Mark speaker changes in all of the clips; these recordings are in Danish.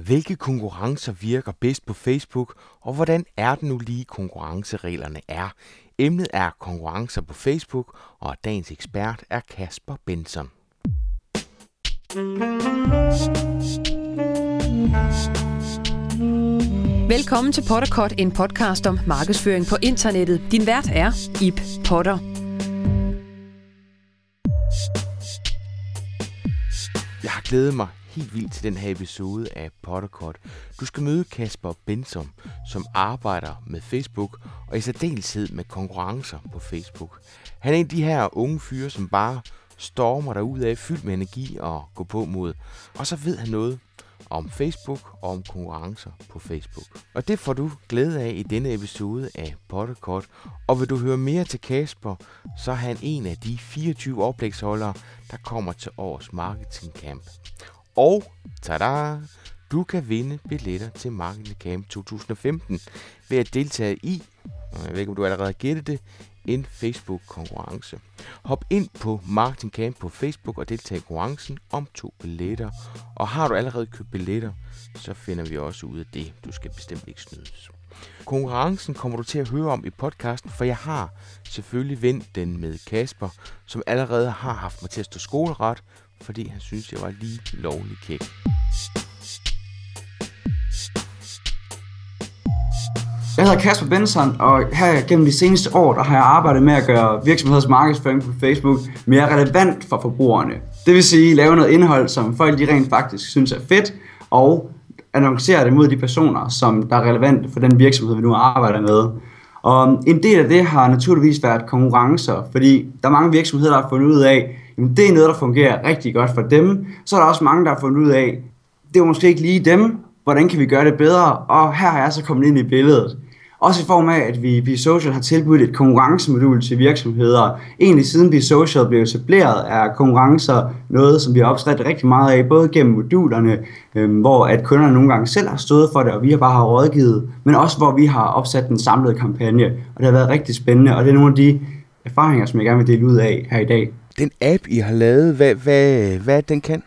Speaker 1: Hvilke konkurrencer virker bedst på Facebook, og hvordan er det nu lige konkurrencereglerne er? Emnet er konkurrencer på Facebook, og dagens ekspert er Kasper Benson.
Speaker 2: Velkommen til Potterkort, en podcast om markedsføring på internettet. Din vært er Ib Potter.
Speaker 1: Jeg har glædet mig helt vildt til den her episode af Potterkort. Du skal møde Kasper Benson, som arbejder med Facebook, og i særdeleshed med konkurrencer på Facebook. Han er en af de her unge fyre, som bare stormer derudad, fyldt med energi og går på mod. Og så ved han noget om Facebook og om konkurrencer på Facebook. Og det får du glæde af i denne episode af Potterkort. Og vil du høre mere til Kasper, så er han en af de 24 oplægsholdere, der kommer til årets Marketing Camp. Og tada! Du kan vinde billetter til Marketing Camp 2015 ved at deltage i, jeg ved ikke om du allerede har gættet det, en Facebook-konkurrence. Hop ind på Marketing Camp på Facebook og deltag i konkurrencen om 2 billetter. Og har du allerede købt billetter, så finder vi også ud af det. Du skal bestemt ikke snydes. Konkurrencen kommer du til at høre om i podcasten, for jeg har selvfølgelig vendt den med Kasper, som allerede har haft mig til at stå skoleret, fordi han synes, jeg var lige lovlig kæk.
Speaker 3: Jeg hedder Kasper Benson, og her gennem de seneste år, der har jeg arbejdet med at gøre virksomheders markedsføring på Facebook mere relevant for forbrugerne. Det vil sige, lave noget indhold, som folk de rent faktisk synes er fedt, og annoncere det mod de personer, som der er relevante for den virksomhed, vi nu arbejder med. Og en del af det har naturligvis været konkurrencer, fordi der er mange virksomheder, der har fundet ud af, at det er noget, der fungerer rigtig godt for dem. Så er der også mange, der har fundet ud af, at det er måske ikke lige dem. Hvordan kan vi gøre det bedre? Og her har jeg så kommet ind i billedet. Også i form af, at vi Be Social har tilbudt et konkurrencemodul til virksomheder. Egentlig siden Be Social blev etableret, er konkurrencer noget, som vi har opsat rigtig meget af, både gennem modulerne, hvor at kunderne nogle gange selv har stået for det, og vi har bare rådgivet, men også hvor vi har opsat en samlet kampagne. Og det har været rigtig spændende, og det er nogle af de erfaringer, som jeg gerne vil dele ud af her i dag.
Speaker 1: Den app, I har lavet, hvad den kan?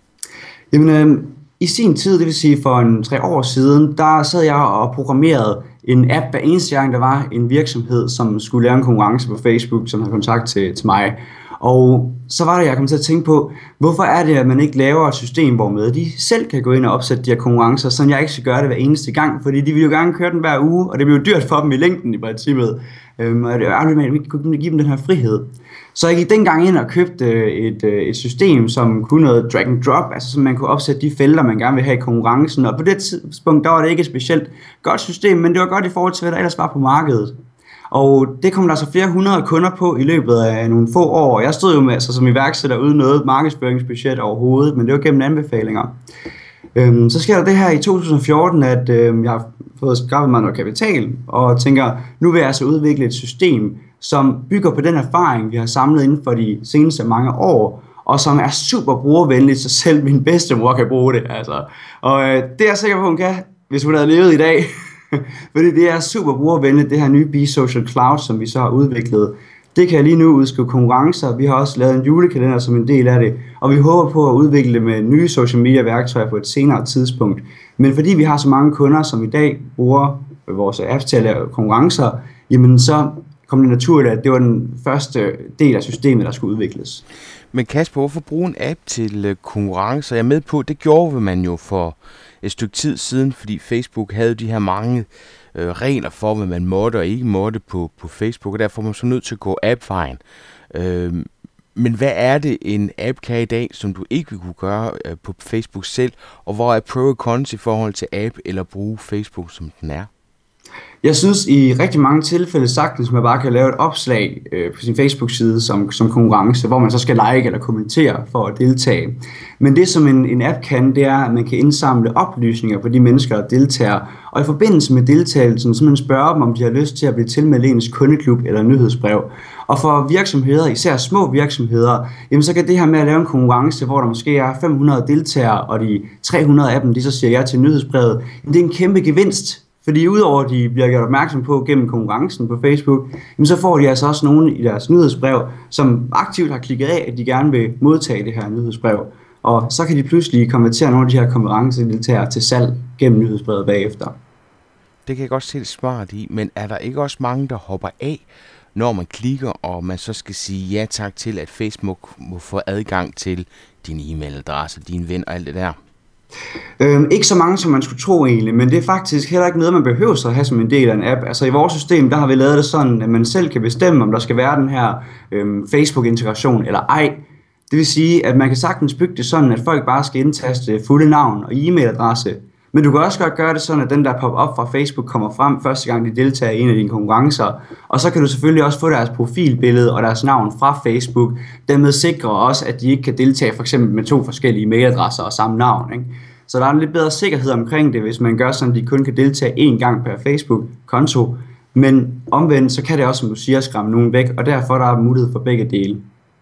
Speaker 3: Jamen, i sin tid, det vil sige for 3 år siden, der sad jeg og programmerede en app hver eneste gang, der var en virksomhed, som skulle lave en konkurrence på Facebook, som havde kontakt til mig. Og så var det, jeg kom til at tænke på, hvorfor er det, at man ikke laver et system, hvor med de selv kan gå ind og opsætte de her konkurrencer, så jeg ikke skal gøre det hver eneste gang, fordi de vil jo gerne køre den hver uge, og det bliver jo dyrt for dem i længden i princippet. Og det er aldrig, at vi kunne give dem den her frihed. Så jeg gik dengang ind og købte et system, som kunne noget drag and drop, altså så man kunne opsætte de felter, man gerne vil have i konkurrencen. Og på det tidspunkt, der var det ikke et specielt godt system, men det var godt i forhold til, hvad der ellers var på markedet. Og det kom der så flere hundrede kunder på i løbet af nogle få år. Jeg stod jo med, altså, som iværksætter uden noget markedsføringsbudget overhovedet, men det var gennem anbefalinger. Så sker der det her i 2014, at jeg har fået skaffet mig noget kapital, og tænker, nu vil jeg altså udvikle et system, som bygger på den erfaring, vi har samlet inden for de seneste mange år, og som er super brugervenligt, så selv min bedstemor kan bruge det. Altså. Og det er jeg sikker på, hun kan, hvis hun havde levet i dag. Fordi det er super brugervenligt, det her nye Be Social Cloud, som vi så har udviklet. Det kan lige nu udskrive konkurrencer. Vi har også lavet en julekalender som en del af det, og vi håber på at udvikle det med nye social media værktøjer på et senere tidspunkt. Men fordi vi har så mange kunder, som i dag bruger vores apps til at lave konkurrencer, jamen så kom det naturligt, at det var den første del af systemet, der skulle udvikles.
Speaker 1: Men Kasper, hvorfor bruge en app til konkurrencer? Jeg er med på, det gjorde man jo for et stykke tid siden, fordi Facebook havde de her mange regler for, hvad man måtte og ikke måtte på Facebook, og derfor var man så nødt til at gå app-vejen. Men hvad er det, en app kan i dag, som du ikke vil kunne gøre på Facebook selv, og hvor er pro og cons i forhold til app eller bruge Facebook, som den er?
Speaker 3: Jeg synes i rigtig mange tilfælde sagtens, man bare kan lave et opslag på sin Facebook-side som konkurrence, hvor man så skal like eller kommentere for at deltage. Men det som en app kan, det er, at man kan indsamle oplysninger på de mennesker, der deltager. Og i forbindelse med deltagelsen, så man spørger dem, om de har lyst til at blive tilmeldt ens kundeklub eller nyhedsbrev. Og for virksomheder, især små virksomheder, jamen så kan det her med at lave en konkurrence, hvor der måske er 500 deltagere, og de 300 af dem, de så siger ja til nyhedsbrevet, det er en kæmpe gevinst. Fordi udover at de bliver gjort opmærksom på gennem konkurrencen på Facebook, så får de altså også nogen i deres nyhedsbrev, som aktivt har klikket af, at de gerne vil modtage det her nyhedsbrev. og så kan de pludselig konvertere nogle af de her konkurrencedeltagere til salg gennem nyhedsbrevet bagefter.
Speaker 1: Det kan jeg godt se det smart i, men er der ikke også mange, der hopper af, når man klikker, og man så skal sige ja tak til, at Facebook må få adgang til din e-mailadresse, din ven og alt det der?
Speaker 3: Ikke så mange, som man skulle tro egentlig, men det er faktisk heller ikke noget, man behøver at have som en del af en app. Altså i vores system, der har vi lavet det sådan, at man selv kan bestemme, om der skal være den her Facebook-integration eller ej. Det vil sige, at man kan sagtens bygge det sådan, at folk bare skal indtaste fulde navn og e-mailadresse. Men du kan også godt gøre det sådan, at den der pop-up fra Facebook kommer frem første gang, de deltager i en af dine konkurrencer. Og så kan du selvfølgelig også få deres profilbillede og deres navn fra Facebook. Dermed sikrer også, at de ikke kan deltage for eksempel med 2 forskellige mailadresser og samme navn, ikke? Så der er en lidt bedre sikkerhed omkring det, hvis man gør sådan, at de kun kan deltage 1 gang per Facebook-konto. Men omvendt, så kan det også, som du siger, skræmme nogen væk, og derfor er der mulighed for begge dele.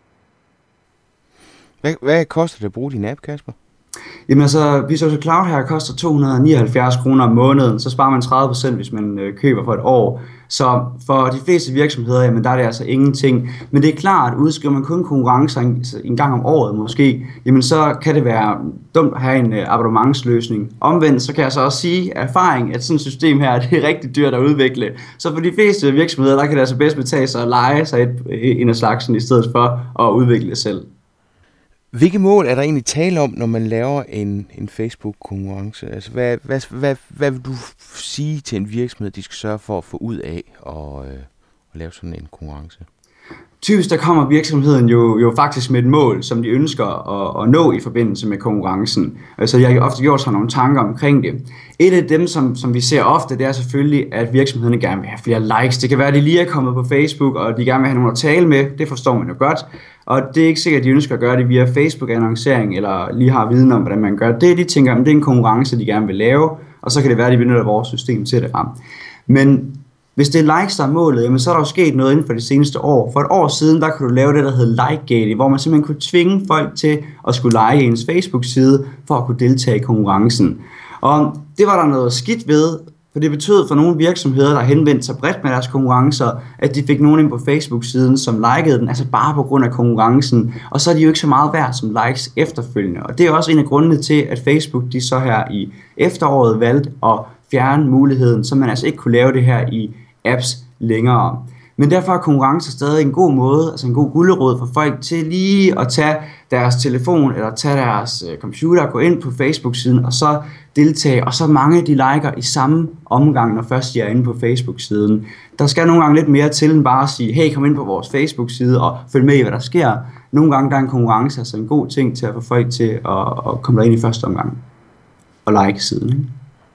Speaker 1: Hvad koster det at bruge din app, Kasper?
Speaker 3: Jamen altså, Visual Cloud her koster 279 kroner om måneden, så sparer man 30%, hvis man køber for et år. Så for de fleste virksomheder, jamen der er det altså ingenting. Men det er klart, at udskriver man kun konkurrencer en gang om året måske, jamen så kan det være dumt at have en abonnementsløsning. Omvendt, så kan jeg så også sige af erfaring, at sådan et system her, det er rigtig dyrt at udvikle. Så for de fleste virksomheder, der kan det altså bedst betale sig at lege sig en af slagsen, i stedet for at udvikle det selv.
Speaker 1: Hvilke mål er der egentlig tale om, når man laver en Facebook-konkurrence? Altså, hvad vil du sige til en virksomhed, de skal sørge for at få ud af at lave sådan en konkurrence?
Speaker 3: Typisk der kommer virksomheden jo faktisk med et mål, som de ønsker at nå i forbindelse med konkurrencen. Så jeg har ofte gjort sig nogle tanker omkring det. Et af dem, som vi ser ofte, det er selvfølgelig, at virksomhederne gerne vil have flere likes. Det kan være, at de lige er kommet på Facebook, og de gerne vil have nogen at tale med. Det forstår man jo godt. Og det er ikke sikkert, at de ønsker at gøre det via Facebook-annoncering, eller lige har viden om, hvordan man gør det. De tænker, at det er en konkurrence, de gerne vil lave, og så kan det være, at de benytter vores system til det. Men hvis det er likes, der er målet, jamen, så er der jo sket noget inden for de seneste år. For et år siden, der kunne du lave det, der hedder Likegate, hvor man simpelthen kunne tvinge folk til at skulle like ens Facebook-side, for at kunne deltage i konkurrencen. Og det var der noget skidt ved, for det betød for nogle virksomheder, der henvendte sig bredt med deres konkurrencer, at de fik nogen ind på Facebook-siden, som likede den, altså bare på grund af konkurrencen. Og så er de jo ikke så meget værd som likes efterfølgende. Og det er også en af grundene til, at Facebook de så her i efteråret valgte at fjerne muligheden, så man altså ikke kunne lave det her i apps længere. Men derfor er konkurrencer stadig en god måde, altså en god gulerod for folk til lige at tage deres telefon eller tage deres computer og gå ind på Facebook-siden og så deltage, og så mange de liker i samme omgang, når først de er inde på Facebook-siden. Der skal nogle gange lidt mere til end bare at sige, hey, kom ind på vores Facebook-side og følg med i, hvad der sker. Nogle gange der er en konkurrence altså en god ting til at få folk til at komme derind i første omgang og like siden, ikke?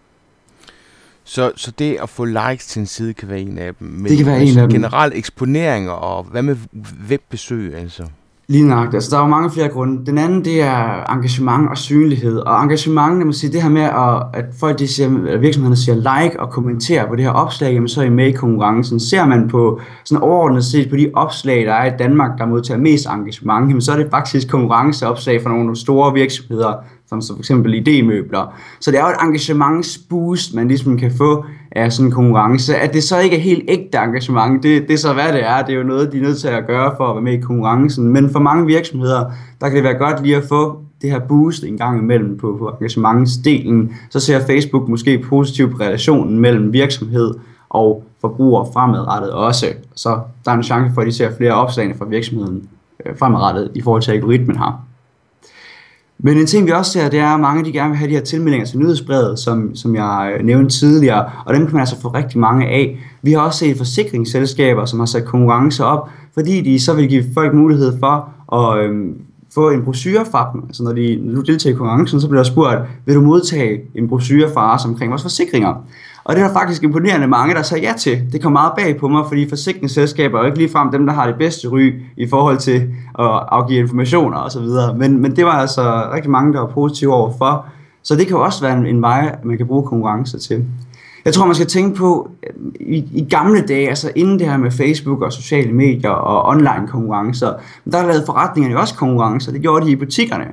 Speaker 1: Så det at få likes til en side kan være en af dem. Men
Speaker 3: det kan være en af dem.
Speaker 1: Generelt eksponeringer, og hvad med webbesøg altså?
Speaker 3: Lige nok. Altså, der er jo mange flere grunde. Den anden, det er engagement og synlighed. Og engagement, det må sige, det her med, at folk, de siger, at virksomhederne siger like og kommenterer på det her opslag, jamen så er I med i konkurrencen. Ser man på sådan overordnet set på de opslag, der er i Danmark, der modtager mest engagement, jamen så er det faktisk konkurrenceopslag fra nogle store virksomheder, som for eksempel ID-møbler. Så det er jo et engagementsboost, man ligesom kan få af sådan en konkurrence. At det så ikke er helt ægte engagement, det er så hvad det er. Det er jo noget, de er nødt til at gøre for at være med i konkurrencen. Men for mange virksomheder, der kan det være godt lige at få det her boost en gang imellem på engagementsdelen. Så ser Facebook måske positivt på relationen mellem virksomhed og forbruger fremadrettet også. Så der er en chance for, at de ser flere opslag fra virksomheden fremadrettet i forhold til algoritmen her. Men en ting vi også ser, det er, at mange de gerne vil have de her tilmeldinger til nyhedsbrevet, som jeg nævnte tidligere, og dem kan man altså få rigtig mange af. Vi har også set forsikringsselskaber, som har sat konkurrencer op, fordi de så vil give folk mulighed for at få en brochure fra dem. Altså når du deltager i konkurrencen, så bliver der spurgt, vil du modtage en brochure fra os omkring vores forsikringer? Og det er der faktisk imponerende mange, der siger ja til. Det kommer meget bag på mig, fordi forsikringsselskaber er jo ikke ligefrem dem, der har det bedste ry i forhold til at afgive informationer osv. Men det var altså rigtig mange, der var positive overfor. Så det kan jo også være en vej, man kan bruge konkurrencer til. Jeg tror, man skal tænke på, i gamle dage, altså inden det her med Facebook og sociale medier og online konkurrencer, der lavede forretningerne jo også konkurrencer. Det gjorde de i butikkerne, ikke?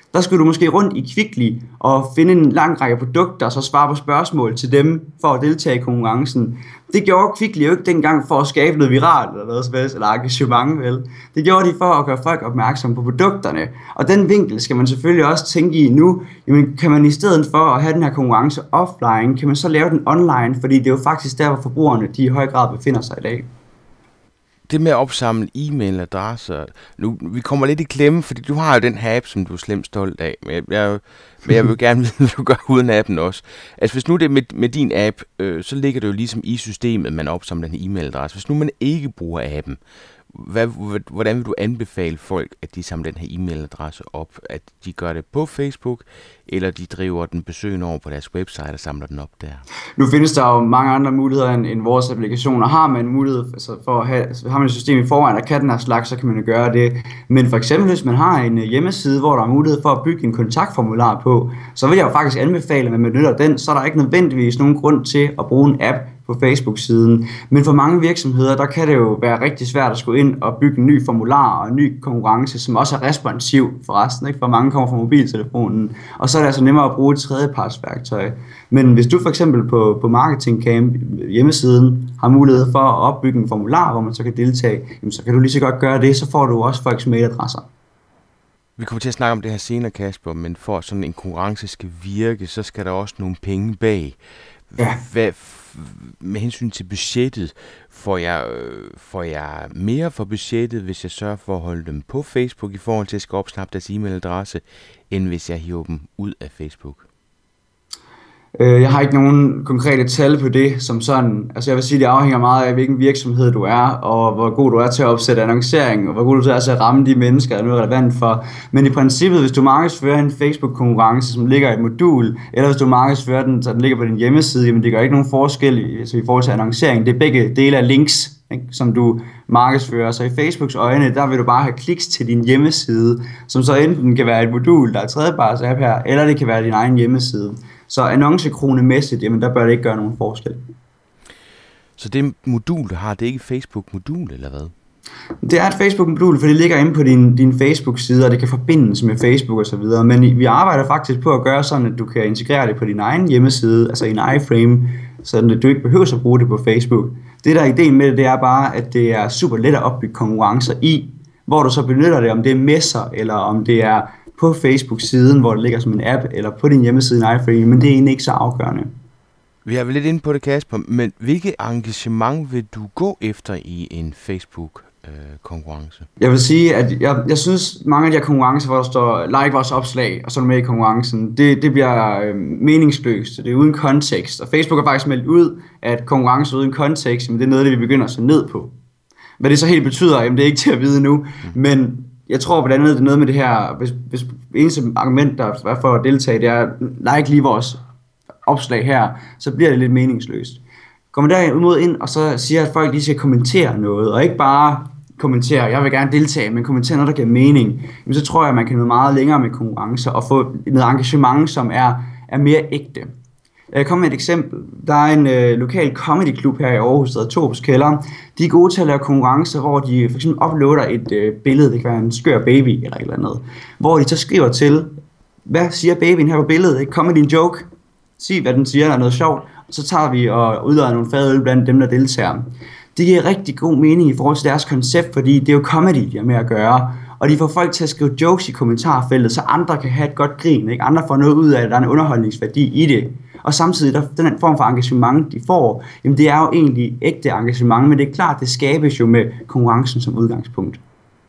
Speaker 3: Der skulle du måske rundt i Kvickly og finde en lang række produkter, og så svare på spørgsmål til dem for at deltage i konkurrencen. Det gjorde Kvickly jo ikke dengang for at skabe noget viralt eller noget som helst, eller engagement, vel. Det gjorde de for at gøre folk opmærksom på produkterne. Og den vinkel skal man selvfølgelig også tænke i nu. Jamen, kan man i stedet for at have den her konkurrence offline, kan man så lave den online, fordi det er jo faktisk der, hvor forbrugerne de i høj grad befinder sig i dag.
Speaker 1: Det med at opsamle e-mailadresser, nu, vi kommer lidt i klemme, fordi du har jo den her app, som du er slemt stolt af, men jeg vil gerne vide, hvad du gør uden appen også. Altså hvis nu det er med din app, så ligger det jo ligesom i systemet, man opsamler den e-mailadresse. Hvis nu man ikke bruger appen, hvordan vil du anbefale folk, at de samler den her e-mailadresse op? At de gør det på Facebook, eller de driver den besøgende over på deres website og samler den op der?
Speaker 3: Nu findes der jo mange andre muligheder end vores applikationer. Har man mulighed for at har man et system i forvejen, der kan den her slags, så kan man jo gøre det. Men for eksempel, hvis man har en hjemmeside, hvor der er mulighed for at bygge en kontaktformular på, så vil jeg jo faktisk anbefale, at man benytter den, så er der ikke nødvendigvis nogen grund til at bruge en app på Facebook-siden. Men for mange virksomheder, der kan det jo være rigtig svært at skulle ind og bygge en ny formular og en ny konkurrence, som også er responsiv forresten, ikke? For mange kommer fra mobiltelefonen, og så er det altså nemmere at bruge et tredjepartsværktøj. Men hvis du for eksempel på Marketing Camp hjemmesiden har mulighed for at opbygge en formular, hvor man så kan deltage, jamen, så kan du lige så godt gøre det, så får du også folks mailadresser.
Speaker 1: Vi kommer til at snakke om det her senere, Kasper, men for at sådan en konkurrence skal virke, så skal der også nogle penge bag.
Speaker 3: Ja.
Speaker 1: Hvad, med hensyn til budgettet, får jeg mere for budgettet, hvis jeg sørger for at holde dem på Facebook i forhold til at skal opsnappe deres e-mailadresse, end hvis jeg hiver dem ud af Facebook?
Speaker 3: Jeg har ikke nogen konkrete tal på det som sådan. Altså jeg vil sige, det afhænger meget af, hvilken virksomhed du er, og hvor god du er til at opsætte annoncering, og hvor god du er til at ramme de mennesker, der er noget relevant for. Men i princippet, hvis du markedsfører en Facebook-konkurrence, som ligger i et modul, eller hvis du markedsfører den, så den ligger på din hjemmeside, jamen det gør ikke nogen forskel i forhold til annoncering. Det er begge dele af links, ikke, som du markedsfører. Så i Facebooks øjne, der vil du bare have kliks til din hjemmeside, som så enten kan være et modul, der er tredjeparts app her, eller det kan være din egen hjemmeside. Så annoncekronemæssigt, jamen der bør det ikke gøre nogen forskel. Så
Speaker 1: det modul, du har, det er ikke et Facebook-modul, eller hvad?
Speaker 3: Det er et Facebook-modul, for det ligger inde på din Facebook-side, og det kan forbindes med Facebook og så videre. Men vi arbejder faktisk på at gøre sådan, at du kan integrere det på din egen hjemmeside, altså i en iframe, så du ikke behøver at bruge det på Facebook. Det der er ideen med det er bare, at det er super let at opbygge konkurrencer i, hvor du så benytter det, om det er messer, eller om det er på Facebook-siden, hvor det ligger som en app, eller på din hjemmeside i iframe, men det er egentlig ikke så afgørende.
Speaker 1: Vi er vel lidt inde på det, Kasper, men hvilket engagement vil du gå efter i en Facebook-konkurrence?
Speaker 3: Jeg vil sige, at jeg synes, mange af de her konkurrencer, hvor der står like vores opslag, og så er du med i konkurrencen, det bliver meningsløst, det er uden kontekst. Og Facebook har faktisk meldt ud, at konkurrencer uden kontekst, men det er noget, det vi begynder at se ned på. Hvad det så helt betyder, jamen det er ikke til at vide nu, men jeg tror blandt andet, det er noget med det her, hvis eneste argument, der er for at deltage, det er like lige vores opslag her, så bliver det lidt meningsløst. Går man derimod ind og så siger, at folk lige skal kommentere noget, og ikke bare kommentere, jeg vil gerne deltage, men kommentere noget, der giver mening, så tror jeg, at man kan nå meget længere med konkurrencer og få noget engagement, som er mere ægte. Jeg kommer med et eksempel. Der er en lokal comedyklub her i Aarhus, der hedder Tobs Kælder. De er gode til at lave konkurrencer, hvor de for eksempel uploader et billede, det kan være en skør baby eller et eller andet, hvor de så skriver til, hvad siger babyen her på billedet? Kom med din joke. Sig, hvad den siger, der er noget sjovt. Og så tager vi og udlader nogle fadøl blandt dem, der deltager. Det giver rigtig god mening i forhold til deres koncept, fordi det er jo comedy, de har med at gøre. Og de får folk til at skrive jokes i kommentarfeltet, så andre kan have et godt grin. Ikke? Andre får noget ud af det, der er en underholdningsværdi i det. Og samtidig, den form for engagement, de får, jamen det er jo egentlig ægte engagement, men det er klart, det skabes jo med konkurrencen som udgangspunkt.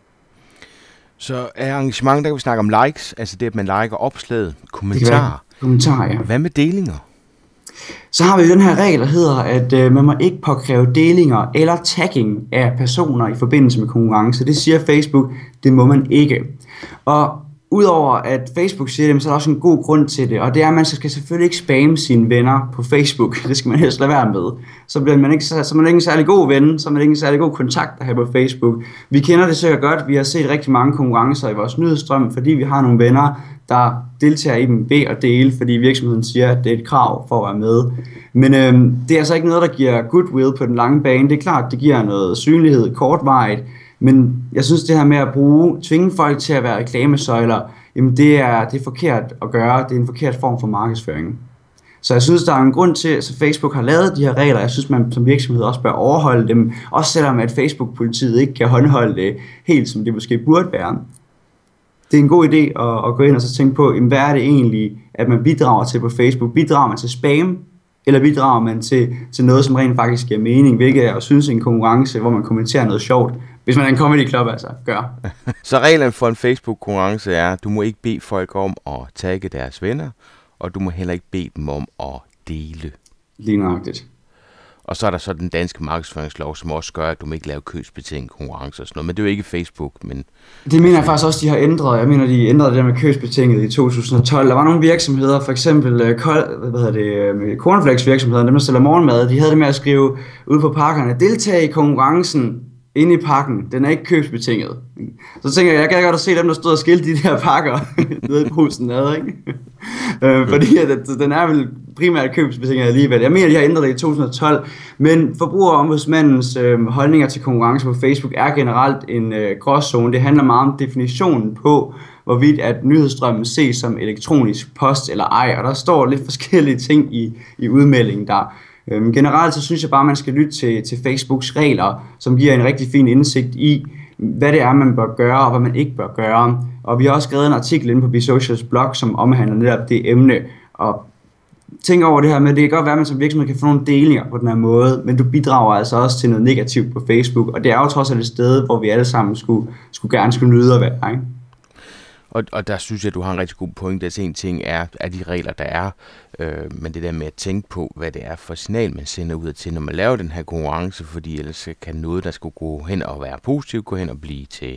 Speaker 1: Så er engagement, der kan vi snakke om likes, altså det, at man liker opslaget, kommentarer.
Speaker 3: Kommentarer, ja.
Speaker 1: Hvad med delinger?
Speaker 3: Så har vi den her regel, der hedder, at man må ikke påkræve delinger eller tagging af personer i forbindelse med konkurrence. Det siger Facebook, det må man ikke. Og udover at Facebook siger det, så er der også en god grund til det, og det er, at man skal selvfølgelig ikke spamme sine venner på Facebook. Det skal man helst lade være med. Så er man ikke en særlig god ven, så er man ikke en særlig god kontakt at have på Facebook. Vi kender det sikkert godt, vi har set rigtig mange konkurrencer i vores nyhedsstrøm, fordi vi har nogle venner, der deltager i dem ved at dele, fordi virksomheden siger, at det er et krav for at være med. Men det er altså ikke noget, der giver goodwill på den lange bane. Det er klart, det giver noget synlighed kortvarigt, men jeg synes det her med at tvinge folk til at være reklamesøjler, jamen det er forkert at gøre, det er en forkert form for markedsføring. Så jeg synes, der er en grund til, at Facebook har lavet de her regler. Jeg synes, man som virksomhed også bør overholde dem, også selvom at Facebook-politiet ikke kan håndholde det helt, som det måske burde være. Det er en god idé at gå ind og så tænke på, hvad er det egentlig, at man bidrager til på Facebook? Bidrager man til spam, eller bidrager man til noget, som rent faktisk giver mening, hvilket jeg synes en konkurrence, hvor man kommenterer noget sjovt, hvis man er en comedy club, altså, gør.
Speaker 1: Så reglerne for en Facebook-konkurrence er, at du må ikke bede folk om at tagge deres venner, og du må heller ikke bede dem om at dele.
Speaker 3: Lige nøjagtigt.
Speaker 1: Og så er der så den danske markedsføringslov, som også gør, at du må ikke lave købsbetingede konkurrencer og sådan noget. Men det er jo ikke Facebook, men...
Speaker 3: Det mener jeg faktisk også, de har ændret. Jeg mener, de ændrede det der med købsbetinget i 2012. Der var nogle virksomheder, for eksempel Cornflakes virksomheder, dem der sælger morgenmad, de havde det med at skrive ude på pakkerne, deltag i konkurrencen inde i pakken, den er ikke købsbetinget. Så tænker jeg kan godt se dem, der stod og skilte de der pakker nede i brusen ad, ikke? Fordi at den er vel primært købsbetinget alligevel. Jeg mener, de har ændret det i 2012, men Forbrugerombudsmandens holdninger til konkurrence på Facebook er generelt en gråzone. Det handler meget om definitionen på, hvorvidt at nyhedsstrømmen ses som elektronisk post eller ej, og der står lidt forskellige ting i udmeldingen der. Generelt så synes jeg bare, at man skal lytte til Facebooks regler, som giver en rigtig fin indsigt i, hvad det er, man bør gøre, og hvad man ikke bør gøre. Og vi har også skrevet en artikel inde på BeSocials blog, som omhandler netop det emne. Og tænk over det her med, det kan godt være, at man som virksomhed kan få nogle delinger på den her måde, men du bidrager altså også til noget negativt på Facebook. Og det er jo trods alt et sted, hvor vi alle sammen skulle nyde at være, ikke?
Speaker 1: Og der synes jeg, at du har en rigtig god point. Altså en ting er de regler, der er, men det der med at tænke på, hvad det er for signal, man sender ud til, når man laver den her konkurrence, fordi ellers kan noget, der skulle gå hen og være positivt, gå hen og blive til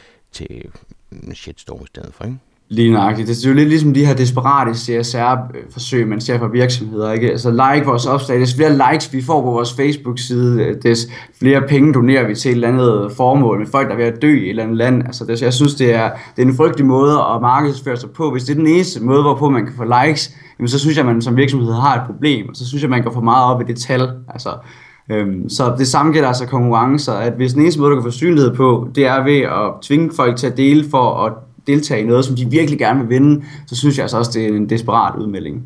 Speaker 1: shitstorm i stedet for, ikke?
Speaker 3: Lige nøjagtigt. Det er jo lidt ligesom de her desperate CSR-forsøg, man ser fra virksomheder, ikke? Altså like vores opslag, des flere likes vi får på vores Facebook-side, des flere penge donerer vi til et eller andet formål med folk, der er ved at dø i et eller andet land. Altså jeg synes, det er en frygtelig måde at markedsføre sig på. Hvis det er den eneste måde, hvorpå man kan få likes, jamen, så synes jeg, at man som virksomhed har et problem, og så synes jeg, at man går for meget op i det tal. Altså, så det samme gælder altså konkurrencer, at hvis den eneste måde, du kan få synlighed på, det er ved at tvinge folk til at dele for at deltage i noget, som de virkelig gerne vil vinde, så synes jeg altså også, det er en desperat udmelding.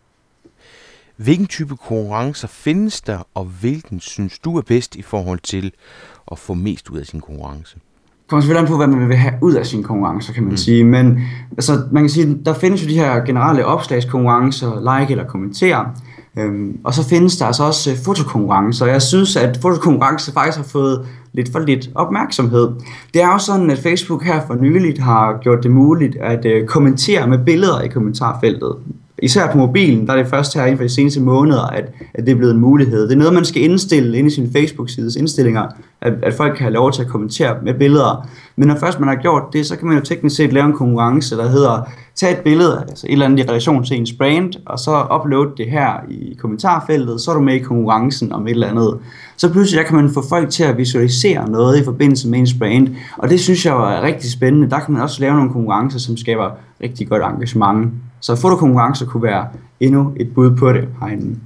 Speaker 1: Hvilken type konkurrencer findes der, og hvilken synes du er bedst i forhold til at få mest ud af sin konkurrence?
Speaker 3: Det kommer selvfølgelig an på, hvad man vil have ud af sine konkurrencer, kan man sige. Men altså, man kan sige, der findes jo de her generelle opslagskonkurrencer, like eller kommentere. Og så findes der altså også fotokonkurrencer. Jeg synes, at fotokonkurrencer faktisk har fået lidt for lidt opmærksomhed. Det er jo sådan, at Facebook her for nyligt har gjort det muligt at kommentere med billeder i kommentarfeltet. Især på mobilen, der er det først her inden for de seneste måneder, at det er blevet en mulighed. Det er noget, man skal indstille inde i sin Facebook-sides indstillinger, at folk kan have lov til at kommentere med billeder. Men når først man har gjort det, så kan man jo teknisk set lave en konkurrence, der hedder, tag et billede, altså et eller andet i relation til ens brand, og så upload det her i kommentarfeltet, så er du med i konkurrencen om et eller andet. Så pludselig der kan man få folk til at visualisere noget i forbindelse med ens brand, og det synes jeg er rigtig spændende. Der kan man også lave nogle konkurrencer, som skaber rigtig godt engagement. Så fotokonkurrencer kunne være endnu et bud på det herinde.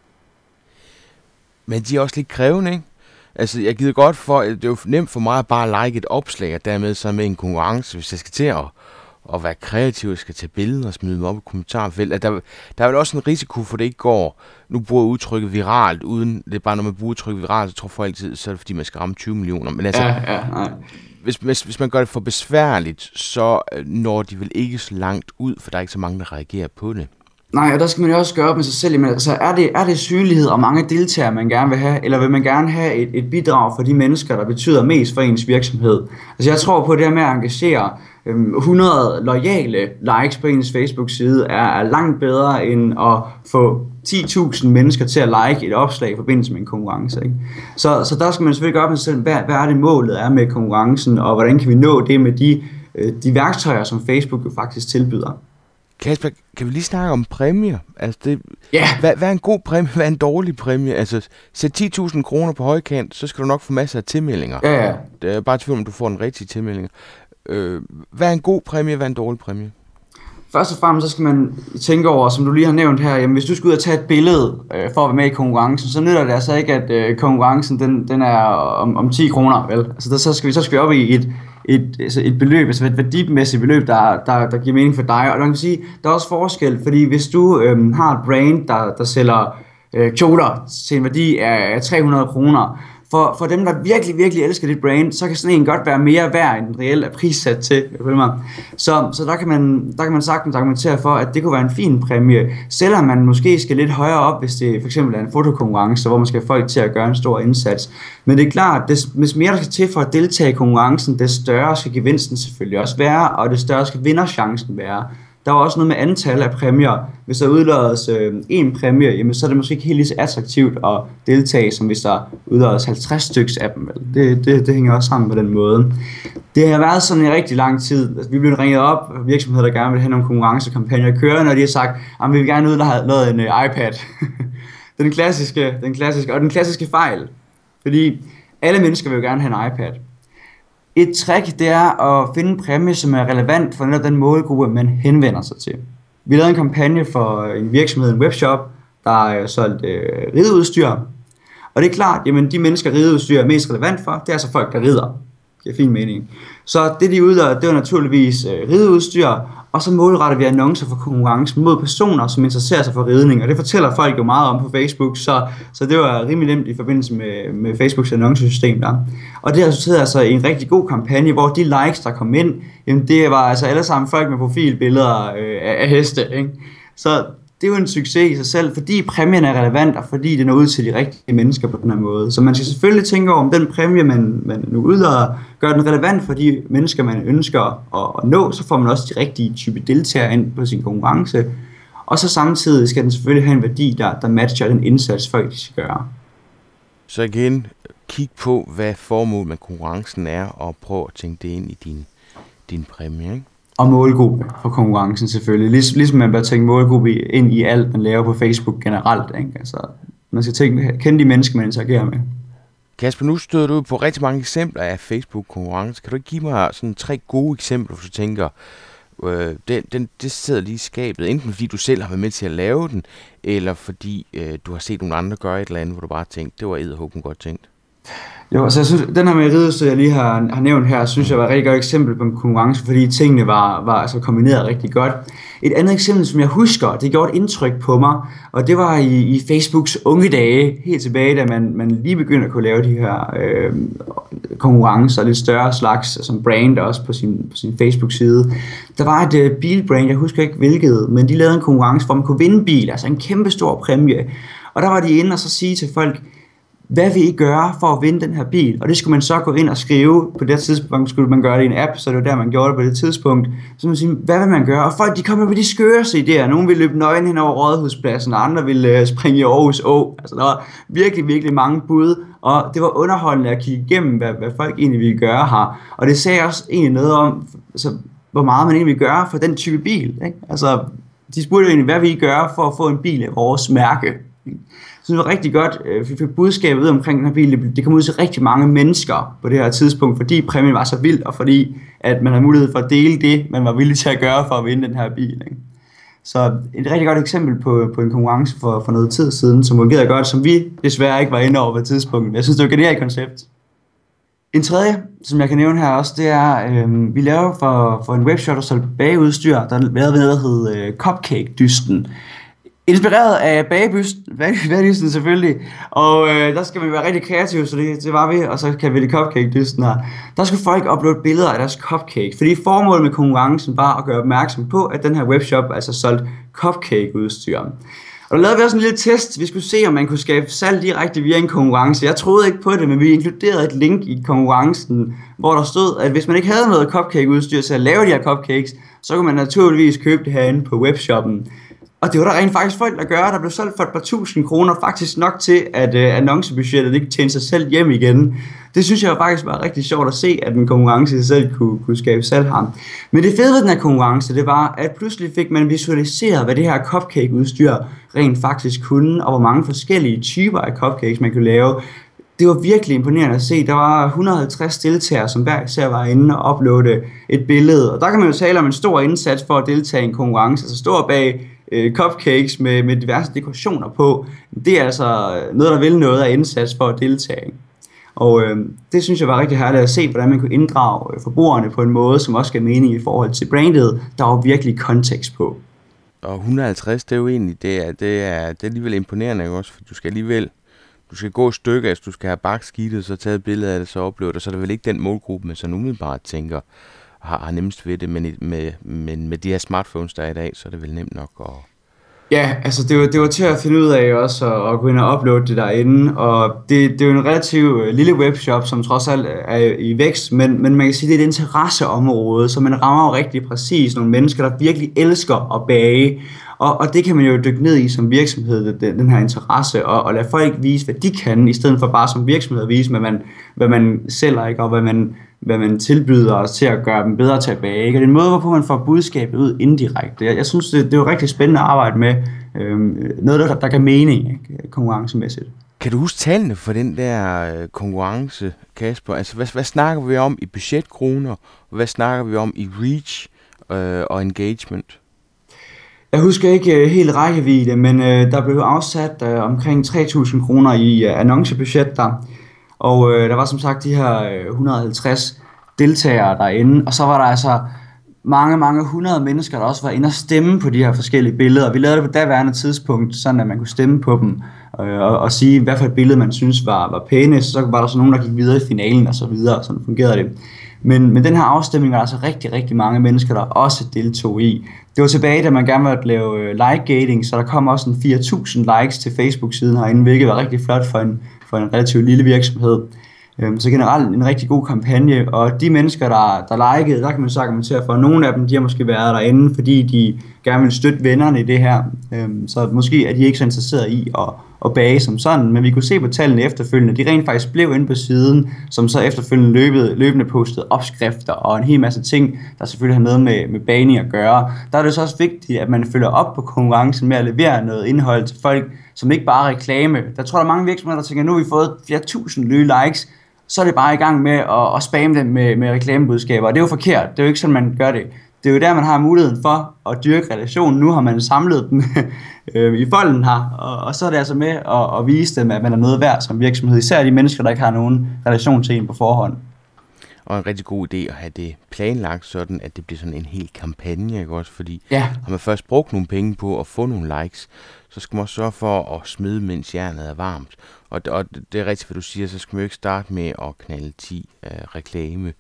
Speaker 3: Men
Speaker 1: de er også lidt krævende, ikke? Altså, jeg gider godt for, det er jo nemt for mig at bare like et opslag, og dermed så med en konkurrence, hvis jeg skal til at være kreativ, jeg skal tage billeder og smide dem op i kommentarfeltet. Der er vel også en risiko for, det ikke går. Nu bruger jeg udtrykket viralt, uden det er bare, når man bruger udtrykket viralt, så tror folk altid, så er det fordi, man skal ramme 20 millioner. Men altså, hvis man gør det for besværligt, så når de vel ikke så langt ud, for der er ikke så mange, der reagerer på det. Nej, og der skal man jo også gøre op med sig selv. Men altså, er det synlighed og mange deltagere, man gerne vil have, eller vil man gerne have et bidrag for de mennesker, der betyder mest for ens virksomhed? Altså, jeg tror på, at det her med at engagere 100 loyale likes på ens Facebook-side er langt bedre end at få 10.000 mennesker til at like et opslag i forbindelse med en konkurrence, ikke? Så der skal man selvfølgelig gøre op med sig selv, hvad er det målet er med konkurrencen, og hvordan kan vi nå det med de værktøjer, som Facebook jo faktisk tilbyder. Kasper, kan vi lige snakke om præmier? Altså hvad er en god præmie, hvad er en dårlig præmie? Altså, sæt 10.000 kroner på højkant, så skal du nok få masser af tilmeldinger. Ja. Det er bare tvivl, om du får en rigtig tilmelding. Hvad er en god præmie, hvad er en dårlig præmie? Først og fremmest, så skal man tænke over, som du lige har nævnt her, jamen hvis du skal ud og tage et billede for at være med i konkurrencen, så nytter det altså ikke, at konkurrencen den er om 10 kroner, vel? Altså så skal vi op i
Speaker 3: et beløb, altså et værdimæssigt beløb, der giver mening for dig. Og man kan sige, der er også forskel, fordi hvis du har et brand, der sælger kjoler til en værdi af 300 kroner, for dem, der virkelig, virkelig elsker dit brand, så kan sådan en godt være mere værd, end den reelt er prissat til. Så der kan man sagtens argumentere for, at det kunne være en fin præmie, selvom man måske skal lidt højere op, hvis det for eksempel er en fotokonkurrence, hvor man skal have folk til at gøre en stor indsats. Men det er klart, at hvis mere der skal til for at deltage i konkurrencen, des større skal gevinsten selvfølgelig også være, og des større skal vinderchancen være. Der er også noget med antal af præmier. Hvis der udlødes en præmie, jamen, så er det måske ikke helt lige så attraktivt at deltage, som hvis der udlødes 50 styks af dem. Det hænger også sammen på den måde. Det har været sådan i rigtig lang tid. Altså, vi blev ringet op af virksomheder, der gerne vil have nogle konkurrencekampagner kørende, og de har sagt, at vi vil gerne udlade en iPad. Den klassiske fejl. Fordi alle mennesker vil jo gerne have en iPad. Et trick, det er at finde en præmie, som er relevant for netop den målgruppe, man henvender sig til. Vi lavede en kampagne for en virksomhed, en webshop, der er solgt rideudstyr. Og det er klart, jamen de mennesker, rideudstyr er mest relevant for, det er altså folk, der rider. Det giver fin mening. Så det de udlader, det var naturligvis rideudstyr, og så målretter vi annoncer for konkurrence mod personer, som interesserer sig for ridning, og det fortæller folk jo meget om på Facebook, så det var rimelig nemt i forbindelse med Facebooks annoncesystem der. Og det resulterede altså i en rigtig god kampagne, hvor de likes, der kom ind, jamen det var altså alle sammen folk med profilbilleder af heste, ikke? Så det er jo en succes i sig selv, fordi præmien er relevant, og fordi det når ud til de rigtige mennesker på den her måde. Så man skal selvfølgelig tænke over, om den præmie, man nu udlader, gør den relevant for de mennesker, man ønsker at nå, så får man også de rigtige type deltagere ind på sin konkurrence. Og så samtidig skal den selvfølgelig have en værdi, der matcher den indsats, folk skal gøre.
Speaker 1: Så igen, kig på, hvad formålet med konkurrencen er, og prøv at tænke det ind i din præmie, ikke?
Speaker 3: Og målgruppe for konkurrencen selvfølgelig. Ligesom man bør tænke målgruppe ind i alt, man laver på Facebook generelt, ikke? Altså, man skal kende de mennesker, man interagerer med.
Speaker 1: Kasper, nu støder du på rigtig mange eksempler af Facebook-konkurrence. Kan du ikke give mig sådan 3 gode eksempler, hvis du tænker, det sidder lige i skabet, enten fordi du selv har været med til at lave den, eller fordi du har set nogle andre gøre et eller andet, hvor du bare tænkte, det var edderhåben godt tænkt?
Speaker 3: Jo, så jeg synes, den her med rideudstyr, jeg lige har nævnt her, synes jeg var et rigtig godt eksempel på en konkurrence, fordi tingene var altså kombineret rigtig godt. Et andet eksempel, som jeg husker, det gjorde et indtryk på mig, og det var i Facebooks unge dage, helt tilbage, da man lige begyndte at kunne lave de her konkurrencer, lidt større slags, som brand også på sin Facebook-side. Der var et bilbrand, jeg husker ikke hvilket, men de lavede en konkurrence, hvor man kunne vinde bil, altså en kæmpe stor præmie. Og der var de inde og så sige til folk, hvad vil I gøre for at vinde den her bil? Og det skulle man så gå ind og skrive. På det tidspunkt skulle man gøre det i en app, så det var der, man gjorde det på det tidspunkt. Så man sige, hvad vil man gøre? Og folk, de kommer med de skøreste idéer. Nogle ville løbe nøgen hen over Rådhuspladsen, og andre ville springe i Aarhus Å. Altså, der var virkelig, virkelig mange bud. Og det var underholdende at kigge igennem, hvad folk egentlig ville gøre her. Og det sagde også egentlig noget om, altså, hvor meget man egentlig vil gøre for den type bil. Ikke? Altså, de spurgte egentlig, hvad vil I gøre for at få en bil af vores mærke? Så det var rigtig godt, vi fik budskabet ud omkring den her bil. Det kom ud til rigtig mange mennesker på det her tidspunkt, fordi præmien var så vild, og fordi at man havde mulighed for at dele det, man var villig til at gøre for at vinde den her bil. Ikke? Så et rigtig godt eksempel på en konkurrence for noget tid siden, som fungerede godt, som vi desværre ikke var inde over på et tidspunkt. Jeg synes, det var et genialt koncept. En tredje, som jeg kan nævne her også, det er, vi laver for en webshop, der solgte bageudstyr, der lavede noget, der hed Cupcake-dysten. Inspireret af bagedysten selvfølgelig, og der skal vi være rigtig kreative, så det var vi, og så kan vi det cupcake-dysten her. Der skulle folk uploade billeder af deres cupcake, fordi formålet med konkurrencen var at gøre opmærksom på, at den her webshop altså solgte cupcake-udstyr. Og der lavede vi også en lille test. Vi skulle se, om man kunne skabe salg direkte via en konkurrence. Jeg troede ikke på det, men vi inkluderede et link i konkurrencen, hvor der stod, at hvis man ikke havde noget cupcake-udstyr til at lave de her cupcakes, så kunne man naturligvis købe det herinde på webshoppen. Og det var der rent faktisk folk, der gør. Der blev solgt for et par tusind kroner, faktisk nok til, at annoncebudgettet ikke tjente sig selv hjem igen. Det synes jeg faktisk var rigtig sjovt at se, at en konkurrence i sig selv kunne skabe salg her. Men det fede ved den her konkurrence, det var, at pludselig fik man visualiseret, hvad det her cupcake-udstyr rent faktisk kunne, og hvor mange forskellige typer af cupcakes man kunne lave. Det var virkelig imponerende at se. Der var 150 deltagere, som hver især var inde og uploade et billede. Og der kan man jo tale om en stor indsats for at deltage i en konkurrence, altså stor bag cupcakes med diverse dekorationer på. Det er altså noget, der vil noget af indsats for at deltage. Og det synes jeg var rigtig herligt at se, hvordan man kunne inddrage forbrugerne på en måde, som også gav mening i forhold til brandet. Der var virkelig kontekst på.
Speaker 1: Og 150, det er jo egentlig, det er alligevel imponerende, ikke også? For du skal gå et stykke, altså du skal have bakskidtet, så tage et billede af det, så opleve det, så er det vel ikke den målgruppe, man sådan umiddelbart tænker, har nemmest ved det, men med de her smartphones, der er i dag, så er det vel nemt nok at...
Speaker 3: Ja, altså det var til at finde ud af også, at gå ind og uploade det derinde, og det er jo en relativt lille webshop, som trods alt er i vækst, men man kan sige, det er et interesseområde, så man rammer jo rigtig præcis nogle mennesker, der virkelig elsker at bage, og det kan man jo dykke ned i som virksomhed, den her interesse, og lade folk vise, hvad de kan, i stedet for bare som virksomhed at vise, hvad man sælger, ikke, og hvad man tilbyder os til at gøre dem bedre til at bage. Ikke? Og det er en måde, hvorpå man får budskabet ud indirekte. Jeg synes, det er jo rigtig spændende at arbejde med noget, der kan mening, ikke? Konkurrencemæssigt.
Speaker 1: Kan du huske tallene for den der konkurrence, Kasper? Altså, hvad snakker vi om i budgetkroner, og hvad snakker vi om i reach og engagement?
Speaker 3: Jeg husker ikke helt rækkevidde, men der blev afsat omkring 3.000 kroner i annoncebudget der. Og der var som sagt de her 150 deltagere derinde, og så var der altså mange hundrede mennesker, der også var inde og stemme på de her forskellige billeder. Vi lavede det på daværende tidspunkt, sådan at man kunne stemme på dem, og sige, hvad for et billede man synes var pænest. Så var der så nogen, der gik videre i finalen og så videre, sådan fungerede det. Men den her afstemning var der altså rigtig mange mennesker, der også deltog i. Det var tilbage, da man gerne ville lave like-gating, så der kom også en 4.000 likes til Facebook-siden herinde, hvilket var rigtig flot for en relativt lille virksomhed. Så generelt en rigtig god kampagne, og de mennesker, der likede, der kan man så argumentere for, at nogle af dem, de har måske været derinde, fordi de gerne vil støtte vennerne i det her. Så måske er de ikke så interesserede i at bage som sådan, men vi kunne se på tallene efterfølgende, de rent faktisk blev inde på siden, som så efterfølgende løbende postede opskrifter og en hel masse ting, der selvfølgelig har noget med bagning at gøre. Der er det så også vigtigt, at man følger op på konkurrencen med at levere noget indhold til folk, som ikke bare er reklame. Der tror jeg, der er mange virksomheder, der tænker, nu har vi fået flere tusind nye likes, så er det bare i gang med at spamme dem med reklamebudskaber, og det er jo forkert, det er jo ikke sådan, man gør det. Det er jo der, man har muligheden for at dyrke relationen. Nu har man samlet dem i folden her, og så er det altså med at vise dem, at man er noget værd som virksomhed, især de mennesker, der ikke har nogen relation til en på forhånd.
Speaker 1: Og en rigtig god idé at have det planlagt sådan, at det bliver sådan en hel kampagne, ikke også? Fordi har man først brugt nogle penge på at få nogle likes, så skal man også sørge for at smide, mens jernet er varmt. Og det er rigtigt, hvad du siger, så skal man jo ikke starte med at knalde 10 reklame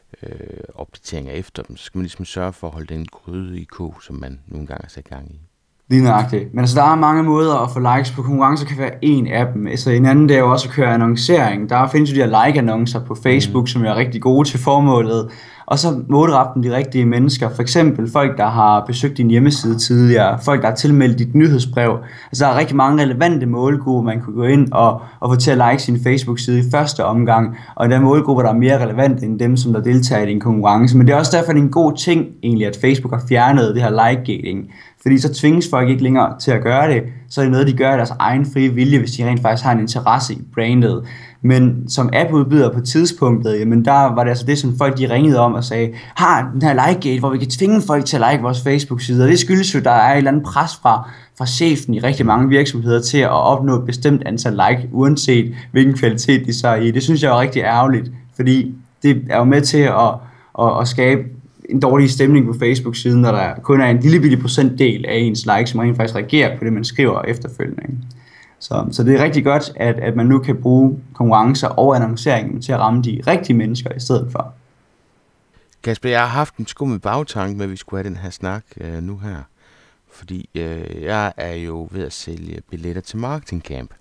Speaker 1: opdateringer efter dem. Så skal man ligesom sørge for at holde den gryde i kog, som man nogle gange har sat gang i.
Speaker 3: Lige nøjagtigt. Men altså, der er mange måder at få likes på. Konkurrencer kan være en af dem. Altså, en anden, det er jo også at køre annoncering. Der findes jo de her like-annoncer på Facebook, som er rigtig gode til formålet. Og så målrette dem de rigtige mennesker. For eksempel folk, der har besøgt din hjemmeside tidligere. Folk, der har tilmeldt dit nyhedsbrev. Altså, der er rigtig mange relevante målgrupper, man kunne gå ind og få til at like sin Facebook-side i første omgang. Og der er målgrupper, der er mere relevante end dem, som der deltager i en konkurrence. Men det er også derfor en god ting, egentlig, at Facebook har fjernet det her like-gating. Fordi så tvinges folk ikke længere til at gøre det, så er det noget, de gør af deres egen frie vilje, hvis de rent faktisk har en interesse i brandet. Men som appudbyder på tidspunktet, jamen der var det altså det, som folk de ringede om og sagde, har den her like-gate, hvor vi kan tvinge folk til at like vores Facebook-side, og det skyldes jo, der er et eller andet pres fra chefen i rigtig mange virksomheder til at opnå et bestemt antal like, uanset hvilken kvalitet de så er i. Det synes jeg er rigtig ærgerligt, fordi det er jo med til at skabe en dårlig stemning på Facebook-siden, når der kun er en lille procentdel af ens likes, som rent faktisk reagerer på det, man skriver efterfølgende. Så det er rigtig godt, at man nu kan bruge konkurrencer og annonceringen til at ramme de rigtige mennesker i stedet for.
Speaker 1: Kasper, jeg har haft en skummel bagtanke med, at vi skulle have den her snak nu her. Fordi jeg er jo ved at sælge billetter til Marketing Camp.